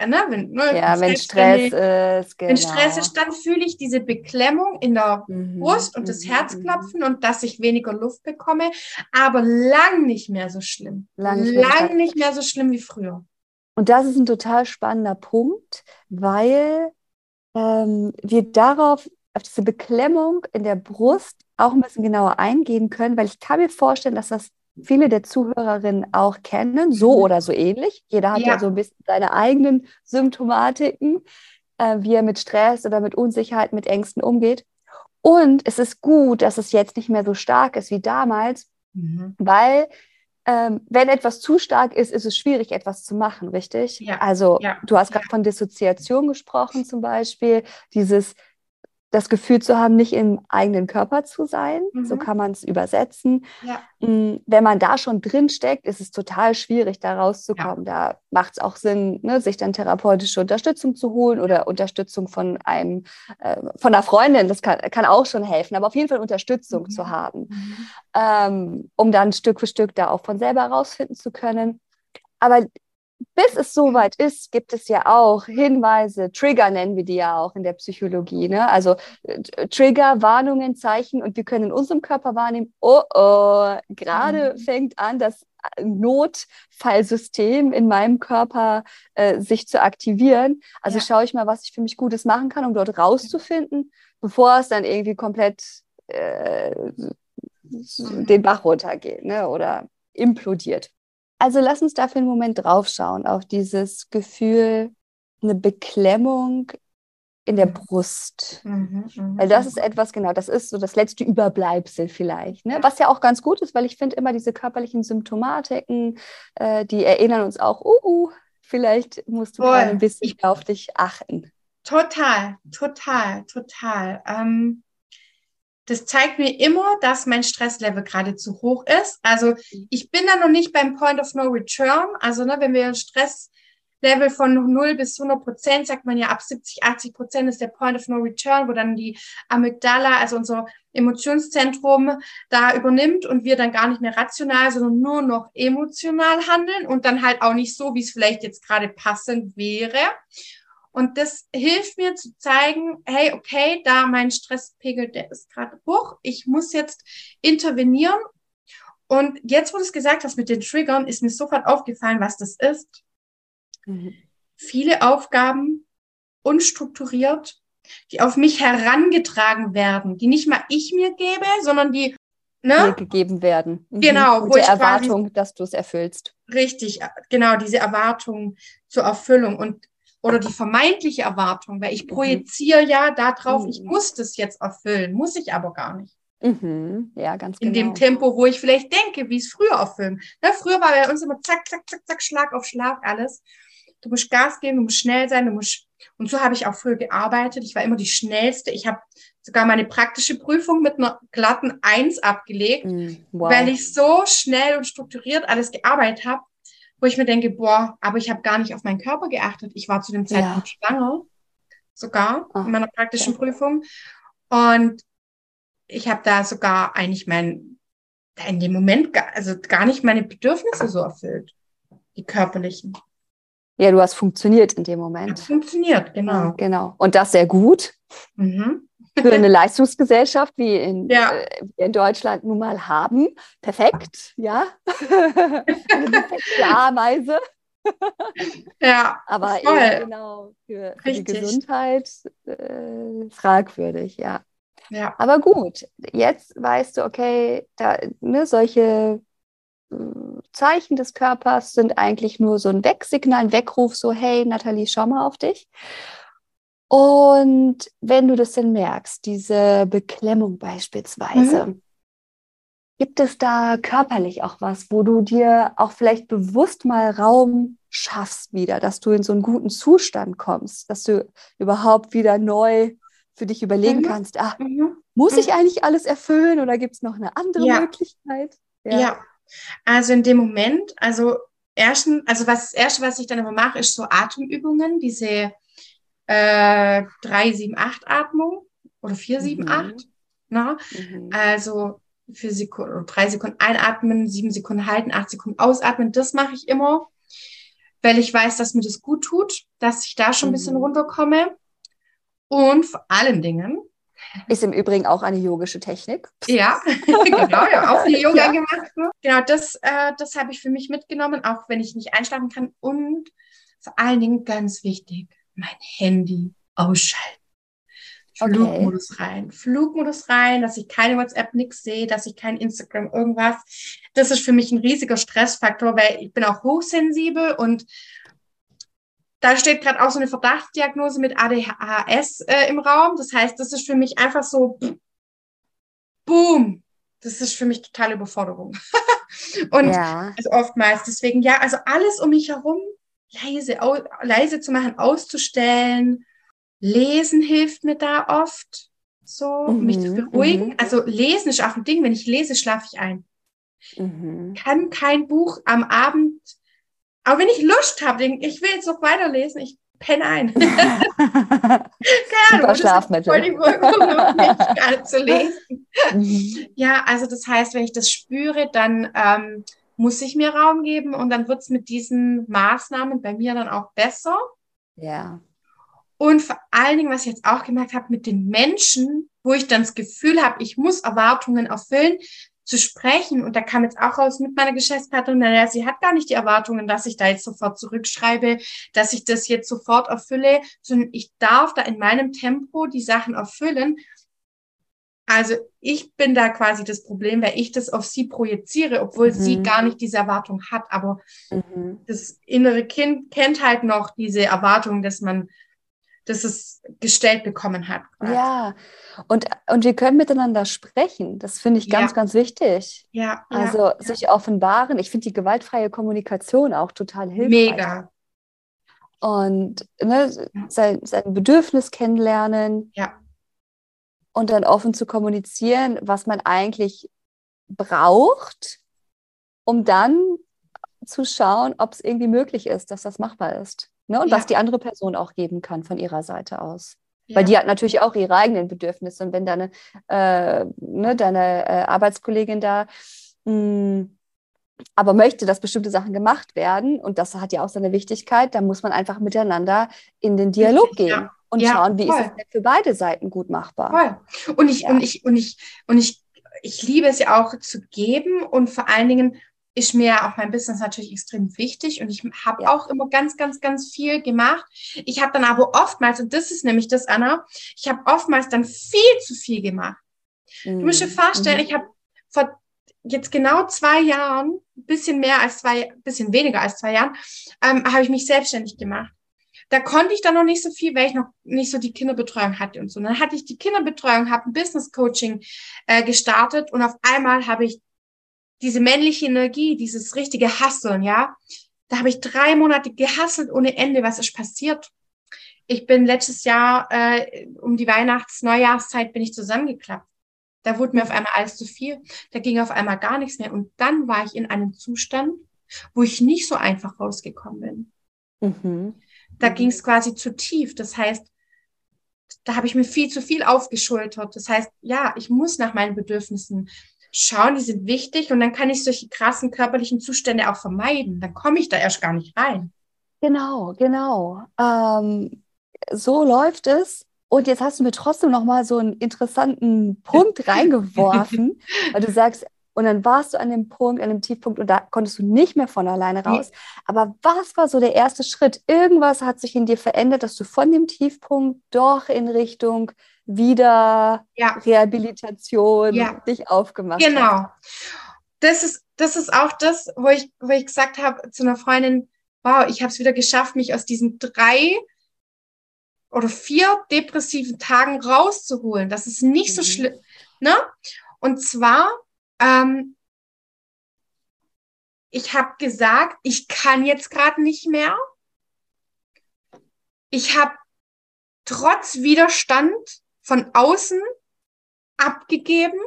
ist, dann fühle ich diese Beklemmung in der Brust und das Herzklopfen und dass ich weniger Luft bekomme, aber lang nicht mehr so schlimm. Lang nicht mehr so schlimm wie früher. Und das ist ein total spannender Punkt, weil wir auf diese Beklemmung in der Brust auch ein bisschen genauer eingehen können, weil ich kann mir vorstellen, dass das viele der Zuhörerinnen auch kennen, so oder so ähnlich. Jeder hat ja so ein bisschen seine eigenen Symptomatiken, wie er mit Stress oder mit Unsicherheit, mit Ängsten umgeht. Und es ist gut, dass es jetzt nicht mehr so stark ist wie damals, weil wenn etwas zu stark ist, ist es schwierig, etwas zu machen, richtig? Ja. Also du hast gerade von Dissoziation gesprochen zum Beispiel, das Gefühl zu haben, nicht im eigenen Körper zu sein, so kann man es übersetzen. Ja. Wenn man da schon drin steckt, ist es total schwierig, da rauszukommen. Da macht es auch Sinn, ne, sich dann therapeutische Unterstützung zu holen oder Unterstützung von von einer Freundin. Das kann auch schon helfen, aber auf jeden Fall Unterstützung zu haben, um dann Stück für Stück da auch von selber rausfinden zu können. Aber bis es soweit ist, gibt es ja auch Hinweise, Trigger nennen wir die ja auch in der Psychologie. Ne? Also Trigger, Warnungen, Zeichen, und wir können in unserem Körper wahrnehmen, gerade fängt an, das Notfallsystem in meinem Körper sich zu aktivieren. Also schaue ich mal, was ich für mich Gutes machen kann, um dort rauszufinden, bevor es dann irgendwie komplett den Bach runtergeht, ne? Oder implodiert. Also lass uns da für einen Moment draufschauen, auf dieses Gefühl, eine Beklemmung in der Brust. Weil das ist etwas, das ist so das letzte Überbleibsel vielleicht. Ne? Was ja auch ganz gut ist, weil ich finde immer diese körperlichen Symptomatiken, die erinnern uns auch, vielleicht musst du gerade ein bisschen auf dich achten. Total. Das zeigt mir immer, dass mein Stresslevel gerade zu hoch ist. Also ich bin da noch nicht beim Point of No Return. Also wenn wir ein Stresslevel von 0 bis 100%, sagt man ja ab 70-80% ist der Point of No Return, wo dann die Amygdala, also unser Emotionszentrum, da übernimmt und wir dann gar nicht mehr rational, sondern nur noch emotional handeln und dann halt auch nicht so, wie es vielleicht jetzt gerade passend wäre. Und das hilft mir zu zeigen, hey, okay, da mein Stresspegel, der ist gerade hoch, ich muss jetzt intervenieren. Und jetzt, wo du es gesagt hast mit den Triggern, ist mir sofort aufgefallen, was das ist. Viele Aufgaben, unstrukturiert, die auf mich herangetragen werden, die nicht mal ich mir gebe, sondern die dir gegeben werden. Genau. Mit der Erwartung, dass du es erfüllst. Richtig, genau, diese Erwartung zur Erfüllung. Und oder die vermeintliche Erwartung, weil ich projiziere ja darauf, ich muss das jetzt erfüllen, muss ich aber gar nicht. Ja, ganz In genau. dem Tempo, wo ich vielleicht denke, wie es früher auf Film. Ne, früher war bei uns immer zack, zack, zack, zack, Schlag auf Schlag alles. Du musst Gas geben, du musst schnell sein, und so habe ich auch früher gearbeitet. Ich war immer die Schnellste. Ich habe sogar meine praktische Prüfung mit einer glatten 1 abgelegt, Wow. weil ich so schnell und strukturiert alles gearbeitet habe, wo ich mir denke, boah, aber ich habe gar nicht auf meinen Körper geachtet. Ich war zu dem Zeitpunkt schwanger, sogar in meiner praktischen Prüfung. Und ich habe da sogar eigentlich in dem Moment gar nicht meine Bedürfnisse so erfüllt, die körperlichen. Ja, du hast funktioniert in dem Moment. Hat funktioniert, genau. Ja, genau. Und das sehr gut. Für eine Leistungsgesellschaft, wie in Deutschland nun mal haben. Perfekt, ja. Eine perfekte Ameise. Ja, aber voll. eben genau für die Gesundheit fragwürdig, ja. Aber gut, jetzt weißt du, okay, solche Zeichen des Körpers sind eigentlich nur so ein Wecksignal, ein Weckruf, so hey Nathalie, schau mal auf dich. Und wenn du das dann merkst, diese Beklemmung beispielsweise, gibt es da körperlich auch was, wo du dir auch vielleicht bewusst mal Raum schaffst wieder, dass du in so einen guten Zustand kommst, dass du überhaupt wieder neu für dich überlegen kannst, muss ich eigentlich alles erfüllen oder gibt es noch eine andere Möglichkeit? Ja, also in dem Moment, das Erste, was ich dann immer mache, ist so Atemübungen, diese 3-7-8-Atmung oder 4-7-8. Also 4 Sekunden oder 3 Sekunden einatmen, 7 Sekunden halten, 8 Sekunden ausatmen. Das mache ich immer, weil ich weiß, dass mir das gut tut, dass ich da schon ein bisschen runterkomme. Und vor allen Dingen ist im Übrigen auch eine yogische Technik. Ja, genau, ja, auch viel Yoga gemacht. Ne? Genau, das habe ich für mich mitgenommen, auch wenn ich nicht einschlafen kann. Und vor allen Dingen ganz wichtig, mein Handy ausschalten. Flugmodus rein, dass ich keine WhatsApp, nichts sehe, dass ich kein Instagram, irgendwas. Das ist für mich ein riesiger Stressfaktor, weil ich bin auch hochsensibel und da steht gerade auch so eine Verdachtsdiagnose mit ADHS im Raum. Das heißt, das ist für mich einfach so, boom, das ist für mich totale Überforderung. Und also oftmals, deswegen, also alles um mich herum leise zu machen, auszustellen. Lesen hilft mir da oft, so, mich zu beruhigen. Also lesen ist auch ein Ding, wenn ich lese, schlafe ich ein. Kann kein Buch am Abend, auch wenn ich Lust habe, ich will jetzt noch weiterlesen, ich penne ein. Super Schlafmittel. Voll die Wirkung, mich gerade zu lesen. Ja, also das heißt, wenn ich das spüre, dann muss ich mir Raum geben und dann wird es mit diesen Maßnahmen bei mir dann auch besser. Ja. Und vor allen Dingen, was ich jetzt auch gemerkt habe, mit den Menschen, wo ich dann das Gefühl habe, ich muss Erwartungen erfüllen, zu sprechen. Und da kam jetzt auch raus mit meiner Geschäftspartnerin, naja, sie hat gar nicht die Erwartungen, dass ich da jetzt sofort zurückschreibe, dass ich das jetzt sofort erfülle, sondern ich darf da in meinem Tempo die Sachen erfüllen. Also ich bin da quasi das Problem, weil ich das auf sie projiziere, obwohl sie gar nicht diese Erwartung hat. Aber das innere Kind kennt halt noch diese Erwartung, dass es gestellt bekommen hat. Quasi. Ja, und wir können miteinander sprechen. Das finde ich ganz, ganz wichtig. Ja. Also sich offenbaren. Ich finde die gewaltfreie Kommunikation auch total hilfreich. Mega. Und sein Bedürfnis kennenlernen. Ja. Und dann offen zu kommunizieren, was man eigentlich braucht, um dann zu schauen, ob es irgendwie möglich ist, dass das machbar ist. Ne? Und was die andere Person auch geben kann von ihrer Seite aus. Ja. Weil die hat natürlich auch ihre eigenen Bedürfnisse. Und wenn deine Arbeitskollegin da aber möchte, dass bestimmte Sachen gemacht werden, und das hat ja auch seine Wichtigkeit, dann muss man einfach miteinander in den Dialog gehen und schauen, wie ist es denn für beide Seiten gut machbar. Voll. Und ich liebe es ja auch zu geben, und vor allen Dingen ist mir auch mein Business natürlich extrem wichtig, und ich habe auch immer ganz, ganz, ganz viel gemacht. Ich habe dann aber oftmals, und das ist nämlich das, Anna, ich habe oftmals dann viel zu viel gemacht. Du musst dir vorstellen, ich habe vor jetzt genau 2 Jahren, bisschen weniger als 2 Jahren, habe ich mich selbstständig gemacht. da konnte ich dann noch nicht so viel, weil ich noch nicht so die Kinderbetreuung hatte und so. Und dann hatte ich die Kinderbetreuung, habe ein Business Coaching gestartet und auf einmal habe ich diese männliche Energie, dieses richtige Hustlen, ja. Da habe ich 3 Monate gehustelt ohne Ende. Was ist passiert? Ich bin letztes Jahr um die Neujahrzeit bin ich zusammengeklappt. Da wurde mir auf einmal alles zu viel. Da ging auf einmal gar nichts mehr. Und dann war ich in einem Zustand, wo ich nicht so einfach rausgekommen bin. Da ging es quasi zu tief. Das heißt, da habe ich mir viel zu viel aufgeschultert. Das heißt, ja, ich muss nach meinen Bedürfnissen schauen, die sind wichtig und dann kann ich solche krassen körperlichen Zustände auch vermeiden. Dann komme ich da erst gar nicht rein. Genau, genau. So läuft es. Und jetzt hast du mir trotzdem noch mal so einen interessanten Punkt reingeworfen, weil du sagst, und dann warst du an dem Punkt, an dem Tiefpunkt und da konntest du nicht mehr von alleine raus. Aber was war so der erste Schritt? Irgendwas hat sich in dir verändert, dass du von dem Tiefpunkt doch in Richtung wieder Rehabilitation dich aufgemacht hast. Genau. Das ist auch das, wo ich gesagt habe zu einer Freundin, wow, ich habe es wieder geschafft, mich aus diesen 3 oder 4 depressiven Tagen rauszuholen. Das ist nicht so schlimm. Ne? Und zwar, ich habe gesagt, ich kann jetzt gerade nicht mehr. Ich habe trotz Widerstand von außen abgegeben.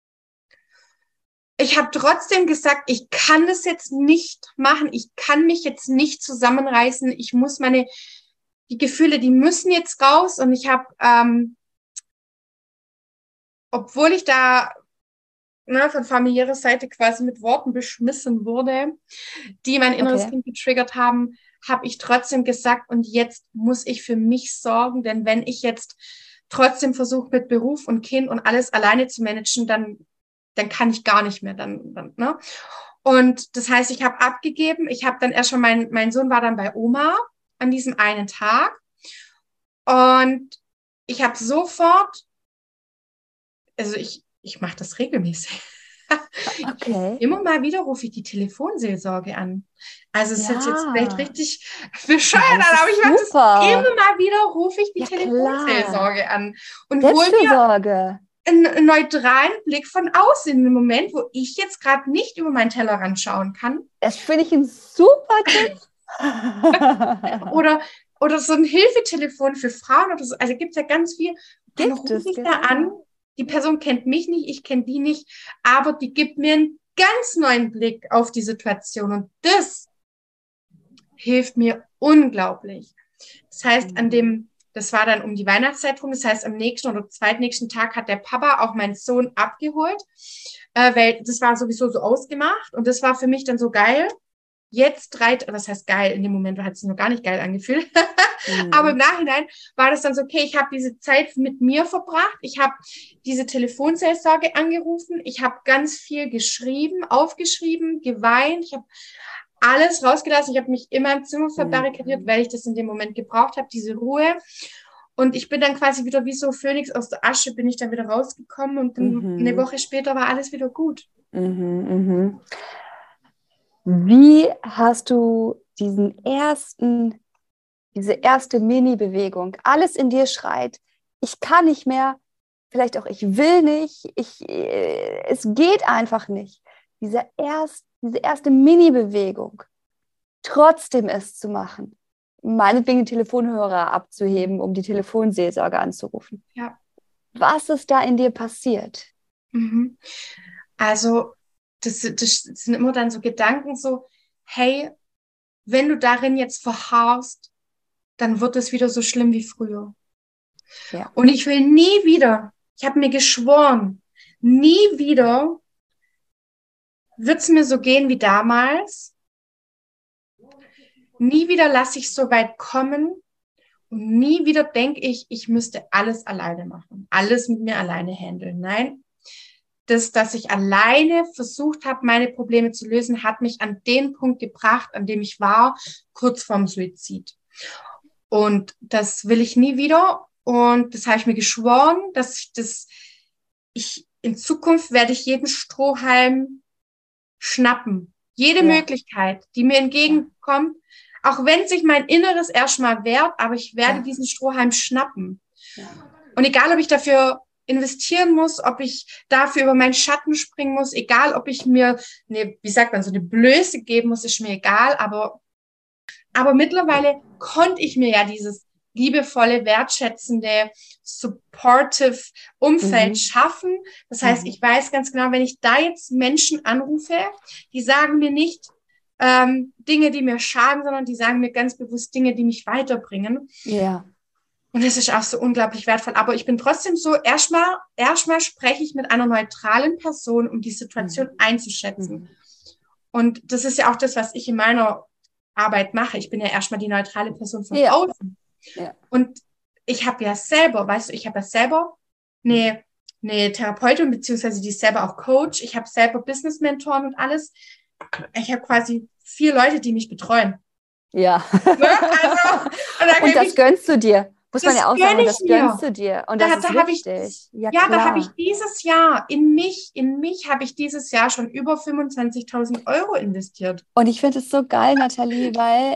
Ich habe trotzdem gesagt, ich kann das jetzt nicht machen. Ich kann mich jetzt nicht zusammenreißen. Ich muss die Gefühle, die müssen jetzt raus. Und ich habe, obwohl ich da von familiärer Seite quasi mit Worten beschmissen wurde, die mein inneres Kind getriggert haben, habe ich trotzdem gesagt, und jetzt muss ich für mich sorgen, denn wenn ich jetzt trotzdem versuche, mit Beruf und Kind und alles alleine zu managen, dann kann ich gar nicht mehr. Ne? Und das heißt, ich habe abgegeben. Ich habe dann erst schon, mein Sohn war dann bei Oma an diesem einen Tag. Und ich habe sofort, also ich mache das regelmäßig. Okay. Immer mal wieder rufe ich die Telefonseelsorge an. Also es hört jetzt vielleicht richtig bescheuert an, aber ich mache das immer mal wieder, rufe ich die Telefonseelsorge an. Und hole mir einen neutralen Blick von außen im Moment, wo ich jetzt gerade nicht über meinen Tellerrand schauen kann. Das finde ich ein super Tipp. oder so ein Hilfetelefon für Frauen oder so. Also gibt es ja ganz viel. Dann rufe ich da an. Die Person kennt mich nicht, ich kenne die nicht, aber die gibt mir einen ganz neuen Blick auf die Situation. Und das hilft mir unglaublich. Das heißt, das war dann um die Weihnachtszeit rum, das heißt, am nächsten oder zweitnächsten Tag hat der Papa auch meinen Sohn abgeholt, weil das war sowieso so ausgemacht und das war für mich dann so geil. Jetzt was heißt geil? In dem Moment hat es sich noch gar nicht geil angefühlt. Aber im Nachhinein war das dann so, okay, ich habe diese Zeit mit mir verbracht. Ich habe diese Telefonseelsorge angerufen. Ich habe ganz viel geschrieben, aufgeschrieben, geweint. Ich habe alles rausgelassen. Ich habe mich in meinem Zimmer verbarrikadiert, weil ich das in dem Moment gebraucht habe, diese Ruhe. Und ich bin dann quasi wieder wie so Phönix aus der Asche, bin ich dann wieder rausgekommen und dann eine Woche später war alles wieder gut. Wie hast du diese erste Mini-Bewegung, alles in dir schreit, ich kann nicht mehr, vielleicht auch ich will nicht, es geht einfach nicht. Diese erste Mini-Bewegung, trotzdem es zu machen, meinetwegen den Telefonhörer abzuheben, um die Telefonseelsorge anzurufen. Ja. Was ist da in dir passiert? Also das sind immer dann so Gedanken so, hey, wenn du darin jetzt verharrst, dann wird es wieder so schlimm wie früher. Ja. Und ich will nie wieder, ich habe mir geschworen, nie wieder wird es mir so gehen wie damals. Nie wieder lasse ich so weit kommen und nie wieder denke ich, ich müsste alles alleine machen, alles mit mir alleine handeln. Nein, dass ich alleine versucht habe, meine Probleme zu lösen, hat mich an den Punkt gebracht, an dem ich war, kurz vorm Suizid. Und das will ich nie wieder. Und das habe ich mir geschworen, dass in Zukunft werde ich jeden Strohhalm schnappen. Jede Möglichkeit, die mir entgegenkommt, Auch wenn sich mein Inneres erstmal wehrt, aber ich werde Ja. diesen Strohhalm schnappen. Ja. Und egal, ob ich dafür investieren muss, ob ich dafür über meinen Schatten springen muss, egal, ob ich mir so eine Blöße geben muss, ist mir egal, aber mittlerweile konnte ich mir ja dieses liebevolle, wertschätzende, supportive Umfeld schaffen. Das heißt, ich weiß ganz genau, wenn ich da jetzt Menschen anrufe, die sagen mir nicht Dinge, die mir schaden, sondern die sagen mir ganz bewusst Dinge, die mich weiterbringen. Ja. Und das ist auch so unglaublich wertvoll. Aber ich bin trotzdem so, erstmal spreche ich mit einer neutralen Person, um die Situation einzuschätzen. Und das ist ja auch das, was ich in meiner Arbeit mache. Ich bin ja erstmal die neutrale Person von außen. Ja. Und ich habe ja selber, eine Therapeutin, beziehungsweise die ist selber auch Coach. Ich habe selber Business-Mentoren und alles. Ich habe quasi 4 Leute, die mich betreuen. Ja. Ne? Also, und das gönnst du dir. Muss man ja auch sagen, das mir. gönnst du dir. Und das ist wichtig. Da habe ich dieses Jahr, in mich habe ich dieses Jahr schon über 25.000 Euro investiert. Und ich finde es so geil, Nathalie, weil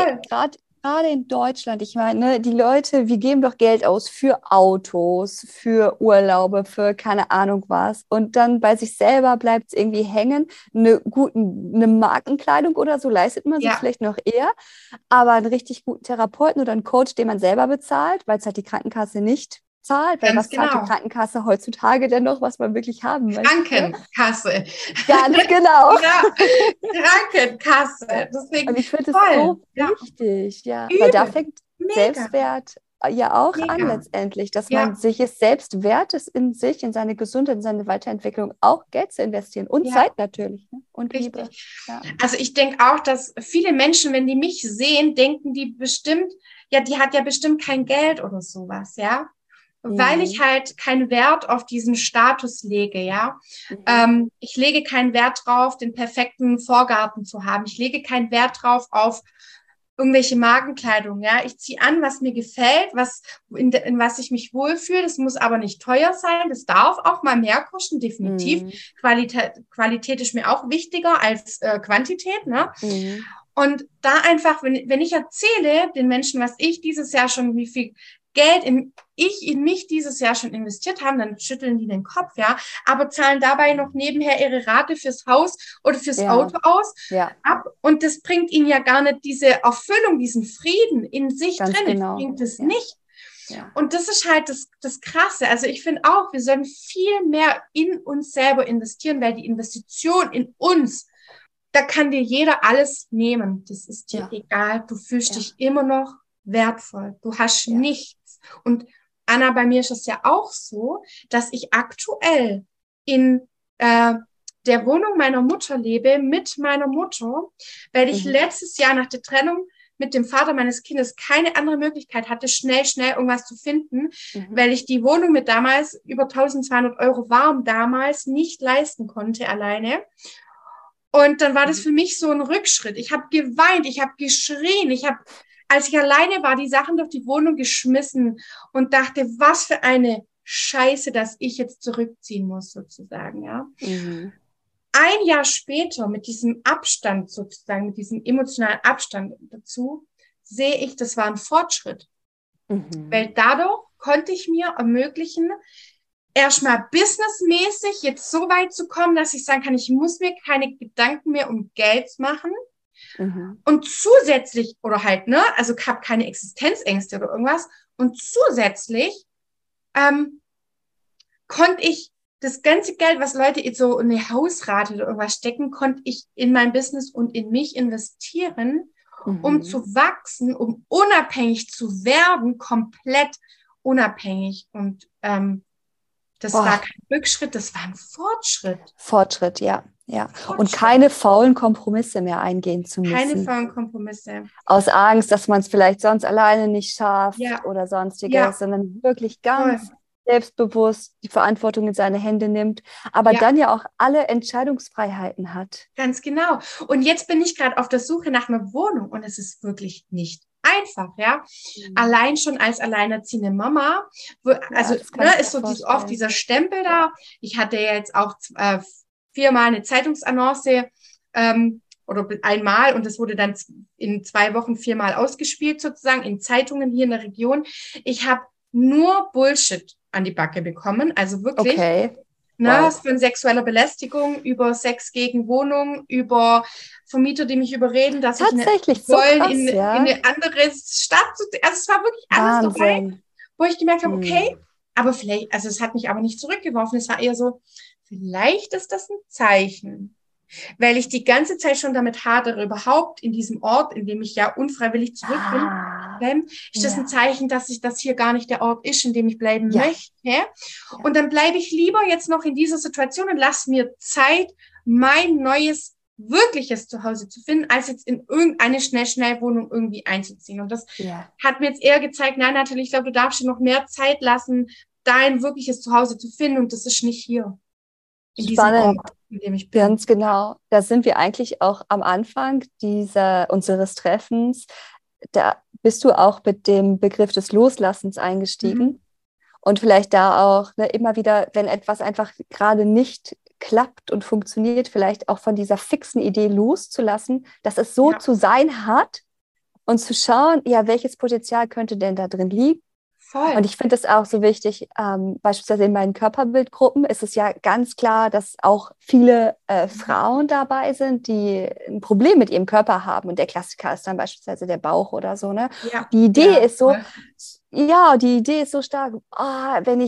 gerade in Deutschland, ich meine, ne, die Leute, wir geben doch Geld aus für Autos, für Urlaube, für keine Ahnung was. Und dann bei sich selber bleibt es irgendwie hängen. Eine Markenkleidung oder so leistet man sich vielleicht noch eher. Aber einen richtig guten Therapeuten oder einen Coach, den man selber bezahlt, weil es halt die Krankenkasse nicht zahlt. Weil was zahlt die Krankenkasse heutzutage denn noch, was man wirklich haben möchte? Krankenkasse. Ganz genau. Ja, Krankenkasse. Deswegen und ich finde es so wichtig, weil da fängt Selbstwert ja auch an letztendlich, dass man sich es selbst wert ist, in sich, in seine Gesundheit, in seine Weiterentwicklung auch Geld zu investieren und Zeit natürlich, ne? Und Liebe. Ja. Also ich denke auch, dass viele Menschen, wenn die mich sehen, denken die bestimmt, die hat ja bestimmt kein Geld oder sowas, ja. Weil ich halt keinen Wert auf diesen Status lege, ja. Ich lege keinen Wert drauf, den perfekten Vorgarten zu haben. Ich lege keinen Wert drauf auf irgendwelche Markenkleidung, ja. Ich ziehe an, was mir gefällt, in was ich mich wohlfühle. Das muss aber nicht teuer sein. Das darf auch mal mehr kosten, definitiv. Qualität ist mir auch wichtiger als Quantität, ne? Und da einfach, wenn ich erzähle den Menschen, was ich dieses Jahr schon, wie viel Geld in mich dieses Jahr schon investiert haben, dann schütteln die den Kopf, ja, aber zahlen dabei noch nebenher ihre Rate fürs Haus oder fürs Auto ab. Und das bringt ihnen ja gar nicht diese Erfüllung, diesen Frieden in sich drin, bringt es nicht. Ja. Und das ist halt das Krasse. Also ich finde auch, wir sollen viel mehr in uns selber investieren, weil die Investition in uns, da kann dir jeder alles nehmen. Das ist dir egal. Du fühlst dich immer noch wertvoll. Du hast nichts. Und Anna, bei mir ist es ja auch so, dass ich aktuell in der Wohnung meiner Mutter lebe, mit meiner Mutter, weil ich letztes Jahr nach der Trennung mit dem Vater meines Kindes keine andere Möglichkeit hatte, schnell irgendwas zu finden, weil ich die Wohnung mit damals über 1.200 Euro warm damals nicht leisten konnte alleine. Und dann war das für mich so ein Rückschritt. Ich habe geweint, ich habe geschrien, als ich alleine war, die Sachen durch die Wohnung geschmissen und dachte, was für eine Scheiße, dass ich jetzt zurückziehen muss, sozusagen, ja. Ein Jahr später, mit diesem Abstand sozusagen, mit diesem emotionalen Abstand dazu, sehe ich, das war ein Fortschritt. Weil dadurch konnte ich mir ermöglichen, erstmal businessmäßig jetzt so weit zu kommen, dass ich sagen kann, ich muss mir keine Gedanken mehr um Geld machen. Und zusätzlich, oder halt, ne, also ich habe keine Existenzängste oder irgendwas. Und zusätzlich konnte ich das ganze Geld, was Leute jetzt so in eine Hausrate oder irgendwas stecken, konnte ich in mein Business und in mich investieren, um zu wachsen, um unabhängig zu werden, komplett unabhängig. Und das war kein Rückschritt, das war ein Fortschritt. Fortschritt, ja. Und keine faulen Kompromisse mehr eingehen zu müssen. Keine faulen Kompromisse. Aus Angst, dass man es vielleicht sonst alleine nicht schafft oder sonstiges, sondern wirklich ganz selbstbewusst die Verantwortung in seine Hände nimmt, aber dann ja auch alle Entscheidungsfreiheiten hat. Ganz genau. Und jetzt bin ich gerade auf der Suche nach einer Wohnung und es ist wirklich nicht einfach, ja. Allein schon als alleinerziehende Mama, ist so oft dieser Stempel da. Ich hatte jetzt auch 4-mal eine Zeitungsannonce oder einmal und das wurde dann in 2 Wochen 4-mal ausgespielt sozusagen in Zeitungen hier in der Region. Ich habe nur Bullshit an die Backe bekommen, also wirklich. Okay. Ne, Wow. von sexueller Belästigung über Sex gegen Wohnung, über Vermieter, die mich überreden, dass Tatsächlich, ich so wollen krass, in ja. eine andere Stadt. Also es war wirklich alles dabei, Wahnsinn. wo ich gemerkt habe, Hm. okay, aber vielleicht, also es hat mich aber nicht zurückgeworfen. Es war eher so, vielleicht ist das ein Zeichen, weil ich die ganze Zeit schon damit hadere, überhaupt in diesem Ort, in dem ich ja unfreiwillig zurück bin, bleiben. Ist das ein Ja. Zeichen, dass das hier gar nicht der Ort ist, in dem ich bleiben Ja. möchte? Und dann bleibe ich lieber jetzt noch in dieser Situation und lasse mir Zeit, mein neues, wirkliches Zuhause zu finden, als jetzt in irgendeine Schnellwohnung irgendwie einzuziehen. Und das Ja. hat mir jetzt eher gezeigt, nein, Nathalie, ich glaube, du darfst dir noch mehr Zeit lassen, dein wirkliches Zuhause zu finden. Und das ist nicht hier, in diesem Spannend. Ort, in dem ich bin. Ganz genau. Da sind wir eigentlich auch am Anfang unseres Treffens. Da bist du auch mit dem Begriff des Loslassens eingestiegen. Mhm. Und vielleicht da auch immer wieder, wenn etwas einfach gerade nicht klappt und funktioniert, vielleicht auch von dieser fixen Idee loszulassen, dass es so zu sein hat und zu schauen, ja, welches Potenzial könnte denn da drin liegen. Voll. Und ich finde es auch so wichtig, beispielsweise in meinen Körperbildgruppen ist es ja ganz klar, dass auch viele Frauen dabei sind, die ein Problem mit ihrem Körper haben. Und der Klassiker ist dann beispielsweise der Bauch oder so. Ne? Ja. Die Idee ist so, voll. die Idee ist so stark, wenn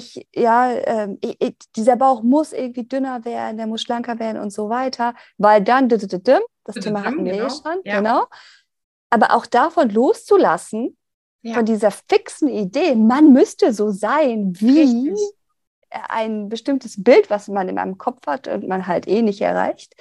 dieser Bauch muss irgendwie dünner werden, der muss schlanker werden und so weiter, weil dann, das Thema hatten wir Genau. schon, Ja. genau. Aber auch davon loszulassen, Ja. von dieser fixen Idee, man müsste so sein wie Richtig. ein bestimmtes Bild, was man in meinem Kopf hat und man halt nicht erreicht.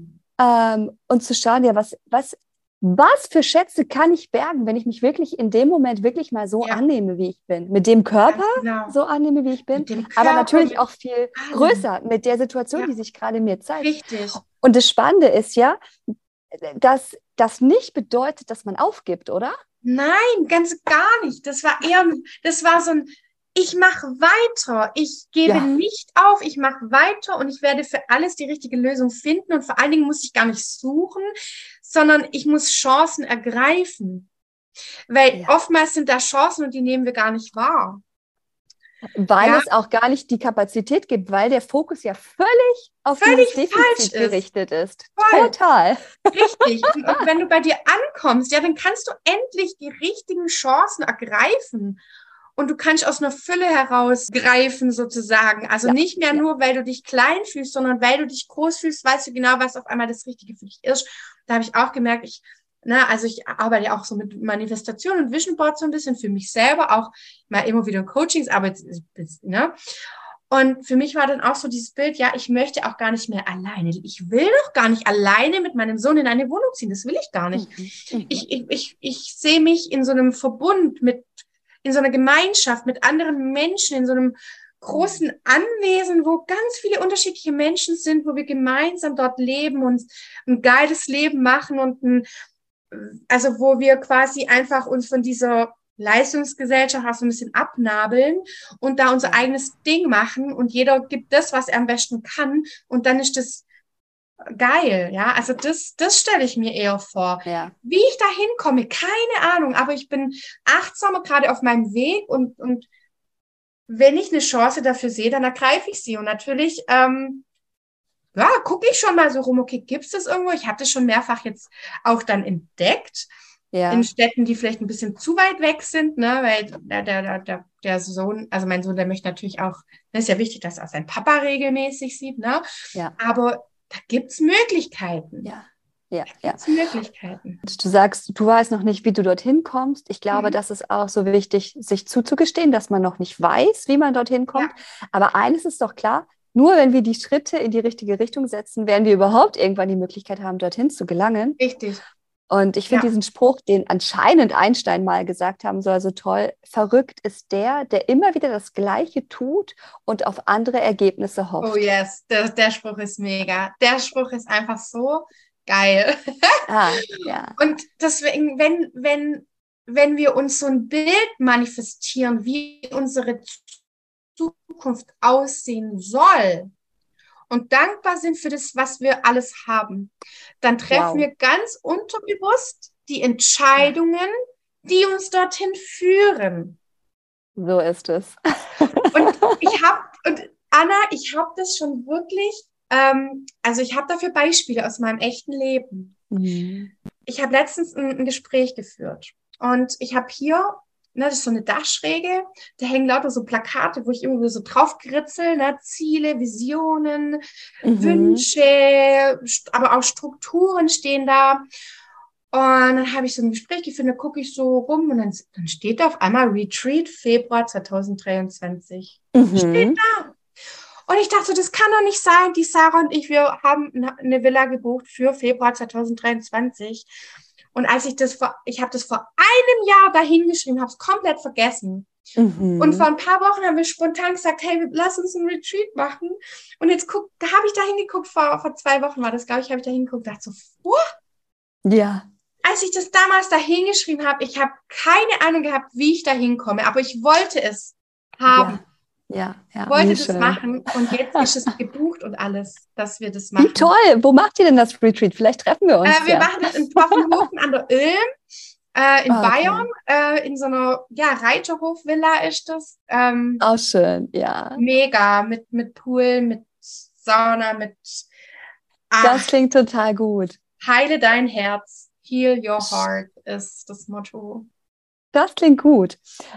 Und zu schauen, ja, was für Schätze kann ich bergen, wenn ich mich wirklich in dem Moment wirklich mal so annehme, wie ich bin. Mit dem Körper so annehme, wie ich bin, Mit dem Körper, aber natürlich mit auch viel allem. größer mit der Situation, Ja. die sich gerade mir zeigt. Richtig. Und das Spannende ist ja, dass das nicht bedeutet, dass man aufgibt, oder? Nein, ganz gar nicht. Das war so ein, ich mache weiter. Ich gebe nicht auf, ich mache weiter und ich werde für alles die richtige Lösung finden. Und vor allen Dingen muss ich gar nicht suchen, sondern ich muss Chancen ergreifen. Weil oftmals sind da Chancen und die nehmen wir gar nicht wahr. Weil es auch gar nicht die Kapazität gibt, weil der Fokus ja völlig auf dieses Defizit gerichtet ist. Voll. Total. Richtig. Und wenn du bei dir ankommst, dann kannst du endlich die richtigen Chancen ergreifen. Und du kannst aus einer Fülle herausgreifen sozusagen. Also nicht mehr nur, weil du dich klein fühlst, sondern weil du dich groß fühlst, weißt du genau, was auf einmal das Richtige für dich ist. Da habe ich auch gemerkt, ich arbeite ja auch so mit Manifestation und Vision Board so ein bisschen für mich selber, auch mal immer wieder Coachings, aber ne? Und für mich war dann auch so dieses Bild, ich möchte auch gar nicht mehr alleine. Ich will doch gar nicht alleine mit meinem Sohn in eine Wohnung ziehen. Das will ich gar nicht. Ich sehe mich in so einem Verbund in so einer Gemeinschaft mit anderen Menschen, in so einem großen Anwesen, wo ganz viele unterschiedliche Menschen sind, wo wir gemeinsam dort leben und ein geiles Leben machen und wo wir quasi einfach uns von dieser Leistungsgesellschaft auch so ein bisschen abnabeln und da unser eigenes Ding machen und jeder gibt das, was er am besten kann und dann ist das geil, also das stelle ich mir eher vor. Ja. Wie ich da hinkomme, keine Ahnung, aber ich bin achtsamer gerade auf meinem Weg und wenn ich eine Chance dafür sehe, dann ergreife ich sie und natürlich gucke ich schon mal so rum, okay, gibt es das irgendwo? Ich habe das schon mehrfach jetzt auch dann entdeckt, in Städten, die vielleicht ein bisschen zu weit weg sind, ne, weil der Sohn, also mein Sohn, der möchte natürlich auch, das ist ja wichtig, dass er seinen Papa regelmäßig sieht, ne, aber da gibt es Möglichkeiten. Möglichkeiten. Du sagst, du weißt noch nicht, wie du dorthin kommst. Ich glaube, das ist auch so wichtig, sich zuzugestehen, dass man noch nicht weiß, wie man dorthin kommt. Aber eines ist doch klar, nur wenn wir die Schritte in die richtige Richtung setzen, werden wir überhaupt irgendwann die Möglichkeit haben, dorthin zu gelangen. Richtig. Und ich finde diesen Spruch, den anscheinend Einstein mal gesagt haben soll, so toll. Verrückt ist der immer wieder das Gleiche tut und auf andere Ergebnisse hofft. Oh yes, der Spruch ist mega. Der Spruch ist einfach so geil. Und deswegen, wenn wir uns so ein Bild manifestieren, wie unsere Zukunft aussehen soll und dankbar sind für das, was wir alles haben, dann treffen wir ganz unterbewusst die Entscheidungen, die uns dorthin führen. So ist es. Und Anna, ich habe das schon wirklich, also ich habe dafür Beispiele aus meinem echten Leben. Ich habe letztens ein Gespräch geführt und ich habe hier, das ist so eine Dachschräge, da hängen lauter so Plakate, wo ich irgendwie so drauf kritzel, Ziele, Visionen, Wünsche, aber auch Strukturen stehen da. Und dann habe ich so ein Gespräch geführt, da gucke ich so rum und dann steht da auf einmal Retreat Februar 2023. Steht da. Und ich dachte, das kann doch nicht sein. Die Sarah und ich, wir haben eine Villa gebucht für Februar 2023. Und als ich habe das vor einem Jahr dahin geschrieben, habe es komplett vergessen. Und vor ein paar Wochen haben wir spontan gesagt, hey, lass uns einen Retreat machen. Und jetzt da habe ich da hingeguckt, vor 2 Wochen war das, glaube ich, habe ich da hingeguckt, dachte so, ja. Als ich das damals da hingeschrieben habe, ich habe keine Ahnung gehabt, wie ich da hinkomme, aber ich wollte es haben. Ja, wollte das machen und jetzt ist es gebucht und alles, dass wir das machen. Wie toll! Wo macht ihr denn das Retreat? Vielleicht treffen wir uns. Wir machen das in Pfaffenhofen an der Ilm, in Bayern, in so einer Reiterhof-Villa ist das. Auch schön, ja. Mega, mit Pool, mit Sauna, das klingt total gut. Heile dein Herz, heal your heart ist das Motto. Das klingt gut.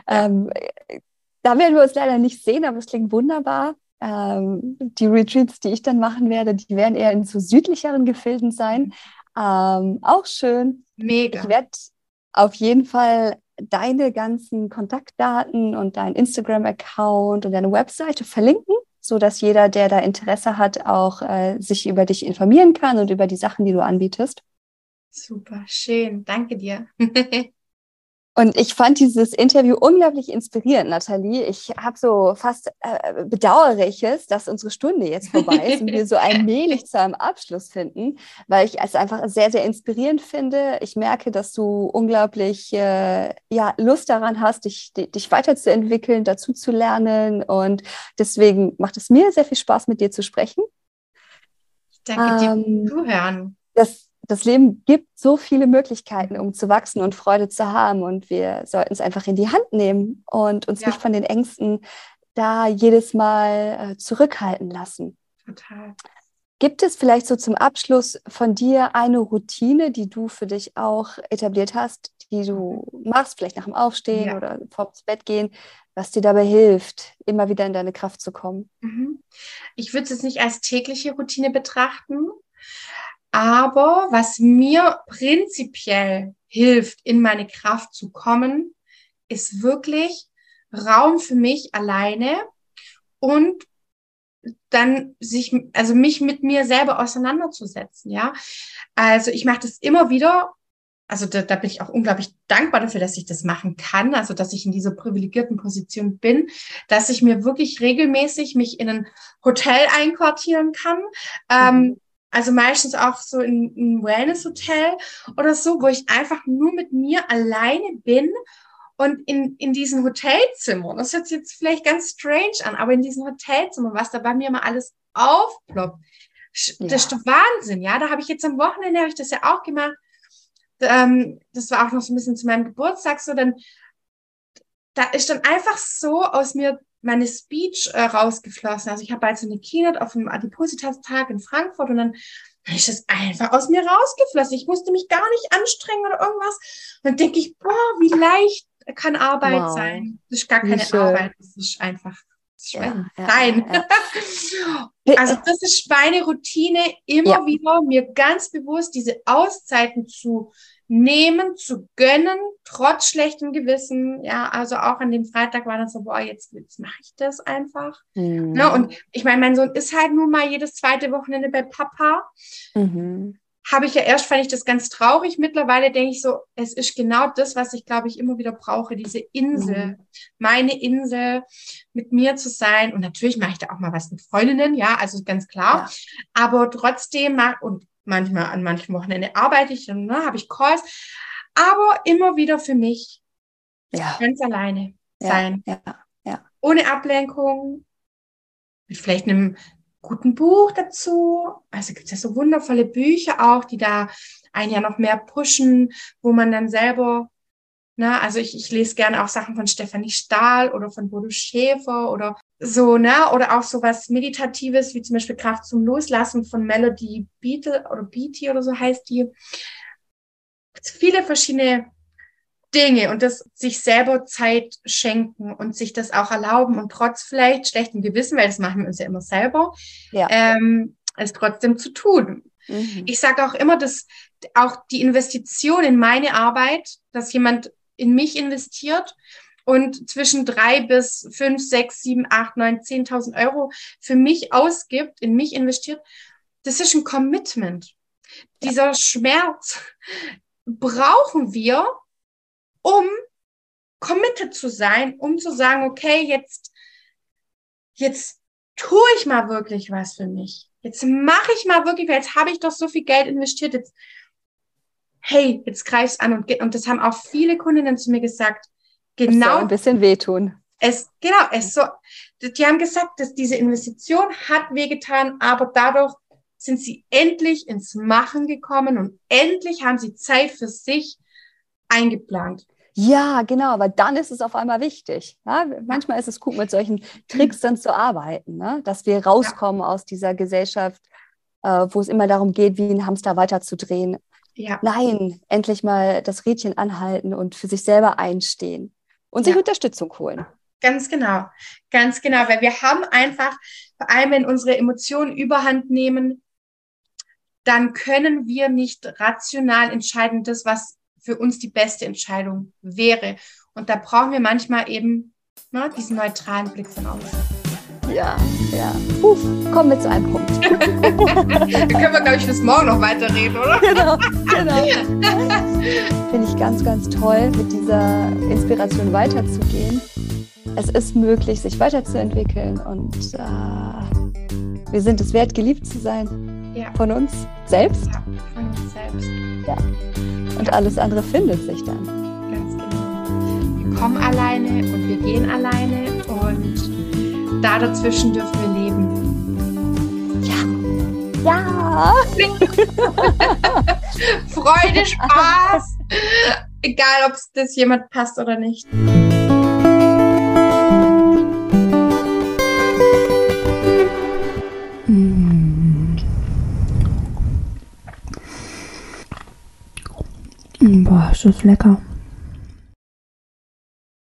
Da werden wir uns leider nicht sehen, aber es klingt wunderbar. Die Retreats, die ich dann machen werde, die werden eher in so südlicheren Gefilden sein. Auch schön. Mega. Ich werde auf jeden Fall deine ganzen Kontaktdaten und deinen Instagram-Account und deine Webseite verlinken, sodass jeder, der da Interesse hat, auch sich über dich informieren kann und über die Sachen, die du anbietest. Super, schön. Danke dir. Und ich fand dieses Interview unglaublich inspirierend, Nathalie. Ich habe so fast bedauere ich es, dass unsere Stunde jetzt vorbei ist und wir so allmählich zu einem Abschluss finden, weil ich es einfach sehr, sehr inspirierend finde. Ich merke, dass du unglaublich Lust daran hast, dich weiterzuentwickeln, dazu zu lernen. Und deswegen macht es mir sehr viel Spaß, mit dir zu sprechen. Ich danke dir fürs Zuhören. Das Leben gibt so viele Möglichkeiten, um zu wachsen und Freude zu haben. Und wir sollten es einfach in die Hand nehmen und uns nicht von den Ängsten da jedes Mal zurückhalten lassen. Total. Gibt es vielleicht so zum Abschluss von dir eine Routine, die du für dich auch etabliert hast, die du machst, vielleicht nach dem Aufstehen oder vorm Bett gehen, was dir dabei hilft, immer wieder in deine Kraft zu kommen? Ich würde es jetzt nicht als tägliche Routine betrachten, aber was mir prinzipiell hilft, in meine Kraft zu kommen, ist wirklich Raum für mich alleine und dann mich mit mir selber auseinanderzusetzen, ja. Also ich mache das immer wieder, also da bin ich auch unglaublich dankbar dafür, dass ich das machen kann, also dass ich in dieser privilegierten Position bin, dass ich mir wirklich regelmäßig mich in ein Hotel einquartieren kann, also meistens auch so in ein Wellness-Hotel oder so, wo ich einfach nur mit mir alleine bin und in diesen Hotelzimmern, das hört sich jetzt vielleicht ganz strange an, aber in diesen Hotelzimmern, was da bei mir mal alles aufploppt, das ist doch Wahnsinn, ja, da habe ich jetzt am Wochenende, habe ich das ja auch gemacht, das war auch noch so ein bisschen zu meinem Geburtstag so, da ist dann einfach so aus mir meine Speech rausgeflossen. Also ich habe bald so eine Keynote auf dem Adipositas-Tag in Frankfurt und dann ist das einfach aus mir rausgeflossen. Ich musste mich gar nicht anstrengen oder irgendwas. Und dann denke ich, boah, wie leicht kann Arbeit sein. Das ist gar keine Arbeit, das ist einfach sein. Also das ist meine Routine, immer wieder mir ganz bewusst diese Auszeiten zu nehmen, zu gönnen, trotz schlechtem Gewissen. Ja, also auch an dem Freitag war dann so, boah, jetzt mache ich das einfach. Ne? Und ich meine, mein Sohn ist halt nun mal jedes zweite Wochenende bei Papa. Habe ich ja erst, fand ich das ganz traurig. Mittlerweile denke ich so, es ist genau das, was ich, glaube ich, immer wieder brauche, diese Insel, meine Insel, mit mir zu sein. Und natürlich mache ich da auch mal was mit Freundinnen, ja, also ganz klar. Aber trotzdem, und manchmal an manchen Wochenende arbeite ich, dann habe ich Calls, aber immer wieder für mich ganz alleine sein. Ohne Ablenkung, mit vielleicht einem guten Buch dazu. Also gibt es ja so wundervolle Bücher auch, die da einen ja noch mehr pushen, wo man dann selber, ne, also ich lese gerne auch Sachen von Stefanie Stahl oder von Bodo Schäfer oder so, ne, oder auch so was Meditatives, wie zum Beispiel Kraft zum Loslassen von Melody Beatty oder so heißt die. Viele verschiedene Dinge und das sich selber Zeit schenken und sich das auch erlauben und trotz vielleicht schlechtem Gewissen, weil das machen wir uns ja immer selber, es trotzdem zu tun. Ich sage auch immer, dass auch die Investition in meine Arbeit, dass jemand in mich investiert und zwischen 3 bis 5, 6, 7, 8, 9, 10.000 Euro für mich ausgibt, in mich investiert, das ist ein Commitment. Dieser Schmerz brauchen wir, um committed zu sein, um zu sagen, okay, jetzt tue ich mal wirklich was für mich. Jetzt mache ich mal wirklich, weil jetzt habe ich doch so viel Geld investiert. Jetzt greif's an und das haben auch viele Kundinnen zu mir gesagt. Genau. Das soll ein bisschen wehtun. Die haben gesagt, dass diese Investition hat wehgetan, aber dadurch sind sie endlich ins Machen gekommen und endlich haben sie Zeit für sich eingeplant. Ja, genau, aber dann ist es auf einmal wichtig. Ja? Manchmal ist es gut, mit solchen Tricks dann zu arbeiten, ne? Dass wir rauskommen aus dieser Gesellschaft, wo es immer darum geht, wie ein Hamster weiterzudrehen. Ja. Nein, endlich mal das Rädchen anhalten und für sich selber einstehen und sich Unterstützung holen. Ganz genau, weil wir haben einfach, vor allem wenn unsere Emotionen Überhand nehmen, dann können wir nicht rational entscheiden, das, was für uns die beste Entscheidung wäre. Und da brauchen wir manchmal eben diesen neutralen Blick von außen. Ja. Kommen wir zu einem Punkt. Da können wir, glaube ich, bis morgen noch weiterreden, oder? Genau. Finde ich ganz, ganz toll, mit dieser Inspiration weiterzugehen. Es ist möglich, sich weiterzuentwickeln und wir sind es wert, geliebt zu sein. Ja. Von uns selbst. Ja, von uns selbst. Ja. Und alles andere findet sich dann. Ganz genau. Wir kommen alleine und wir gehen alleine und da dazwischen dürfen wir leben. Ja. Freude, Spaß. Egal, ob es das jemand passt oder nicht. Boah, ist das lecker.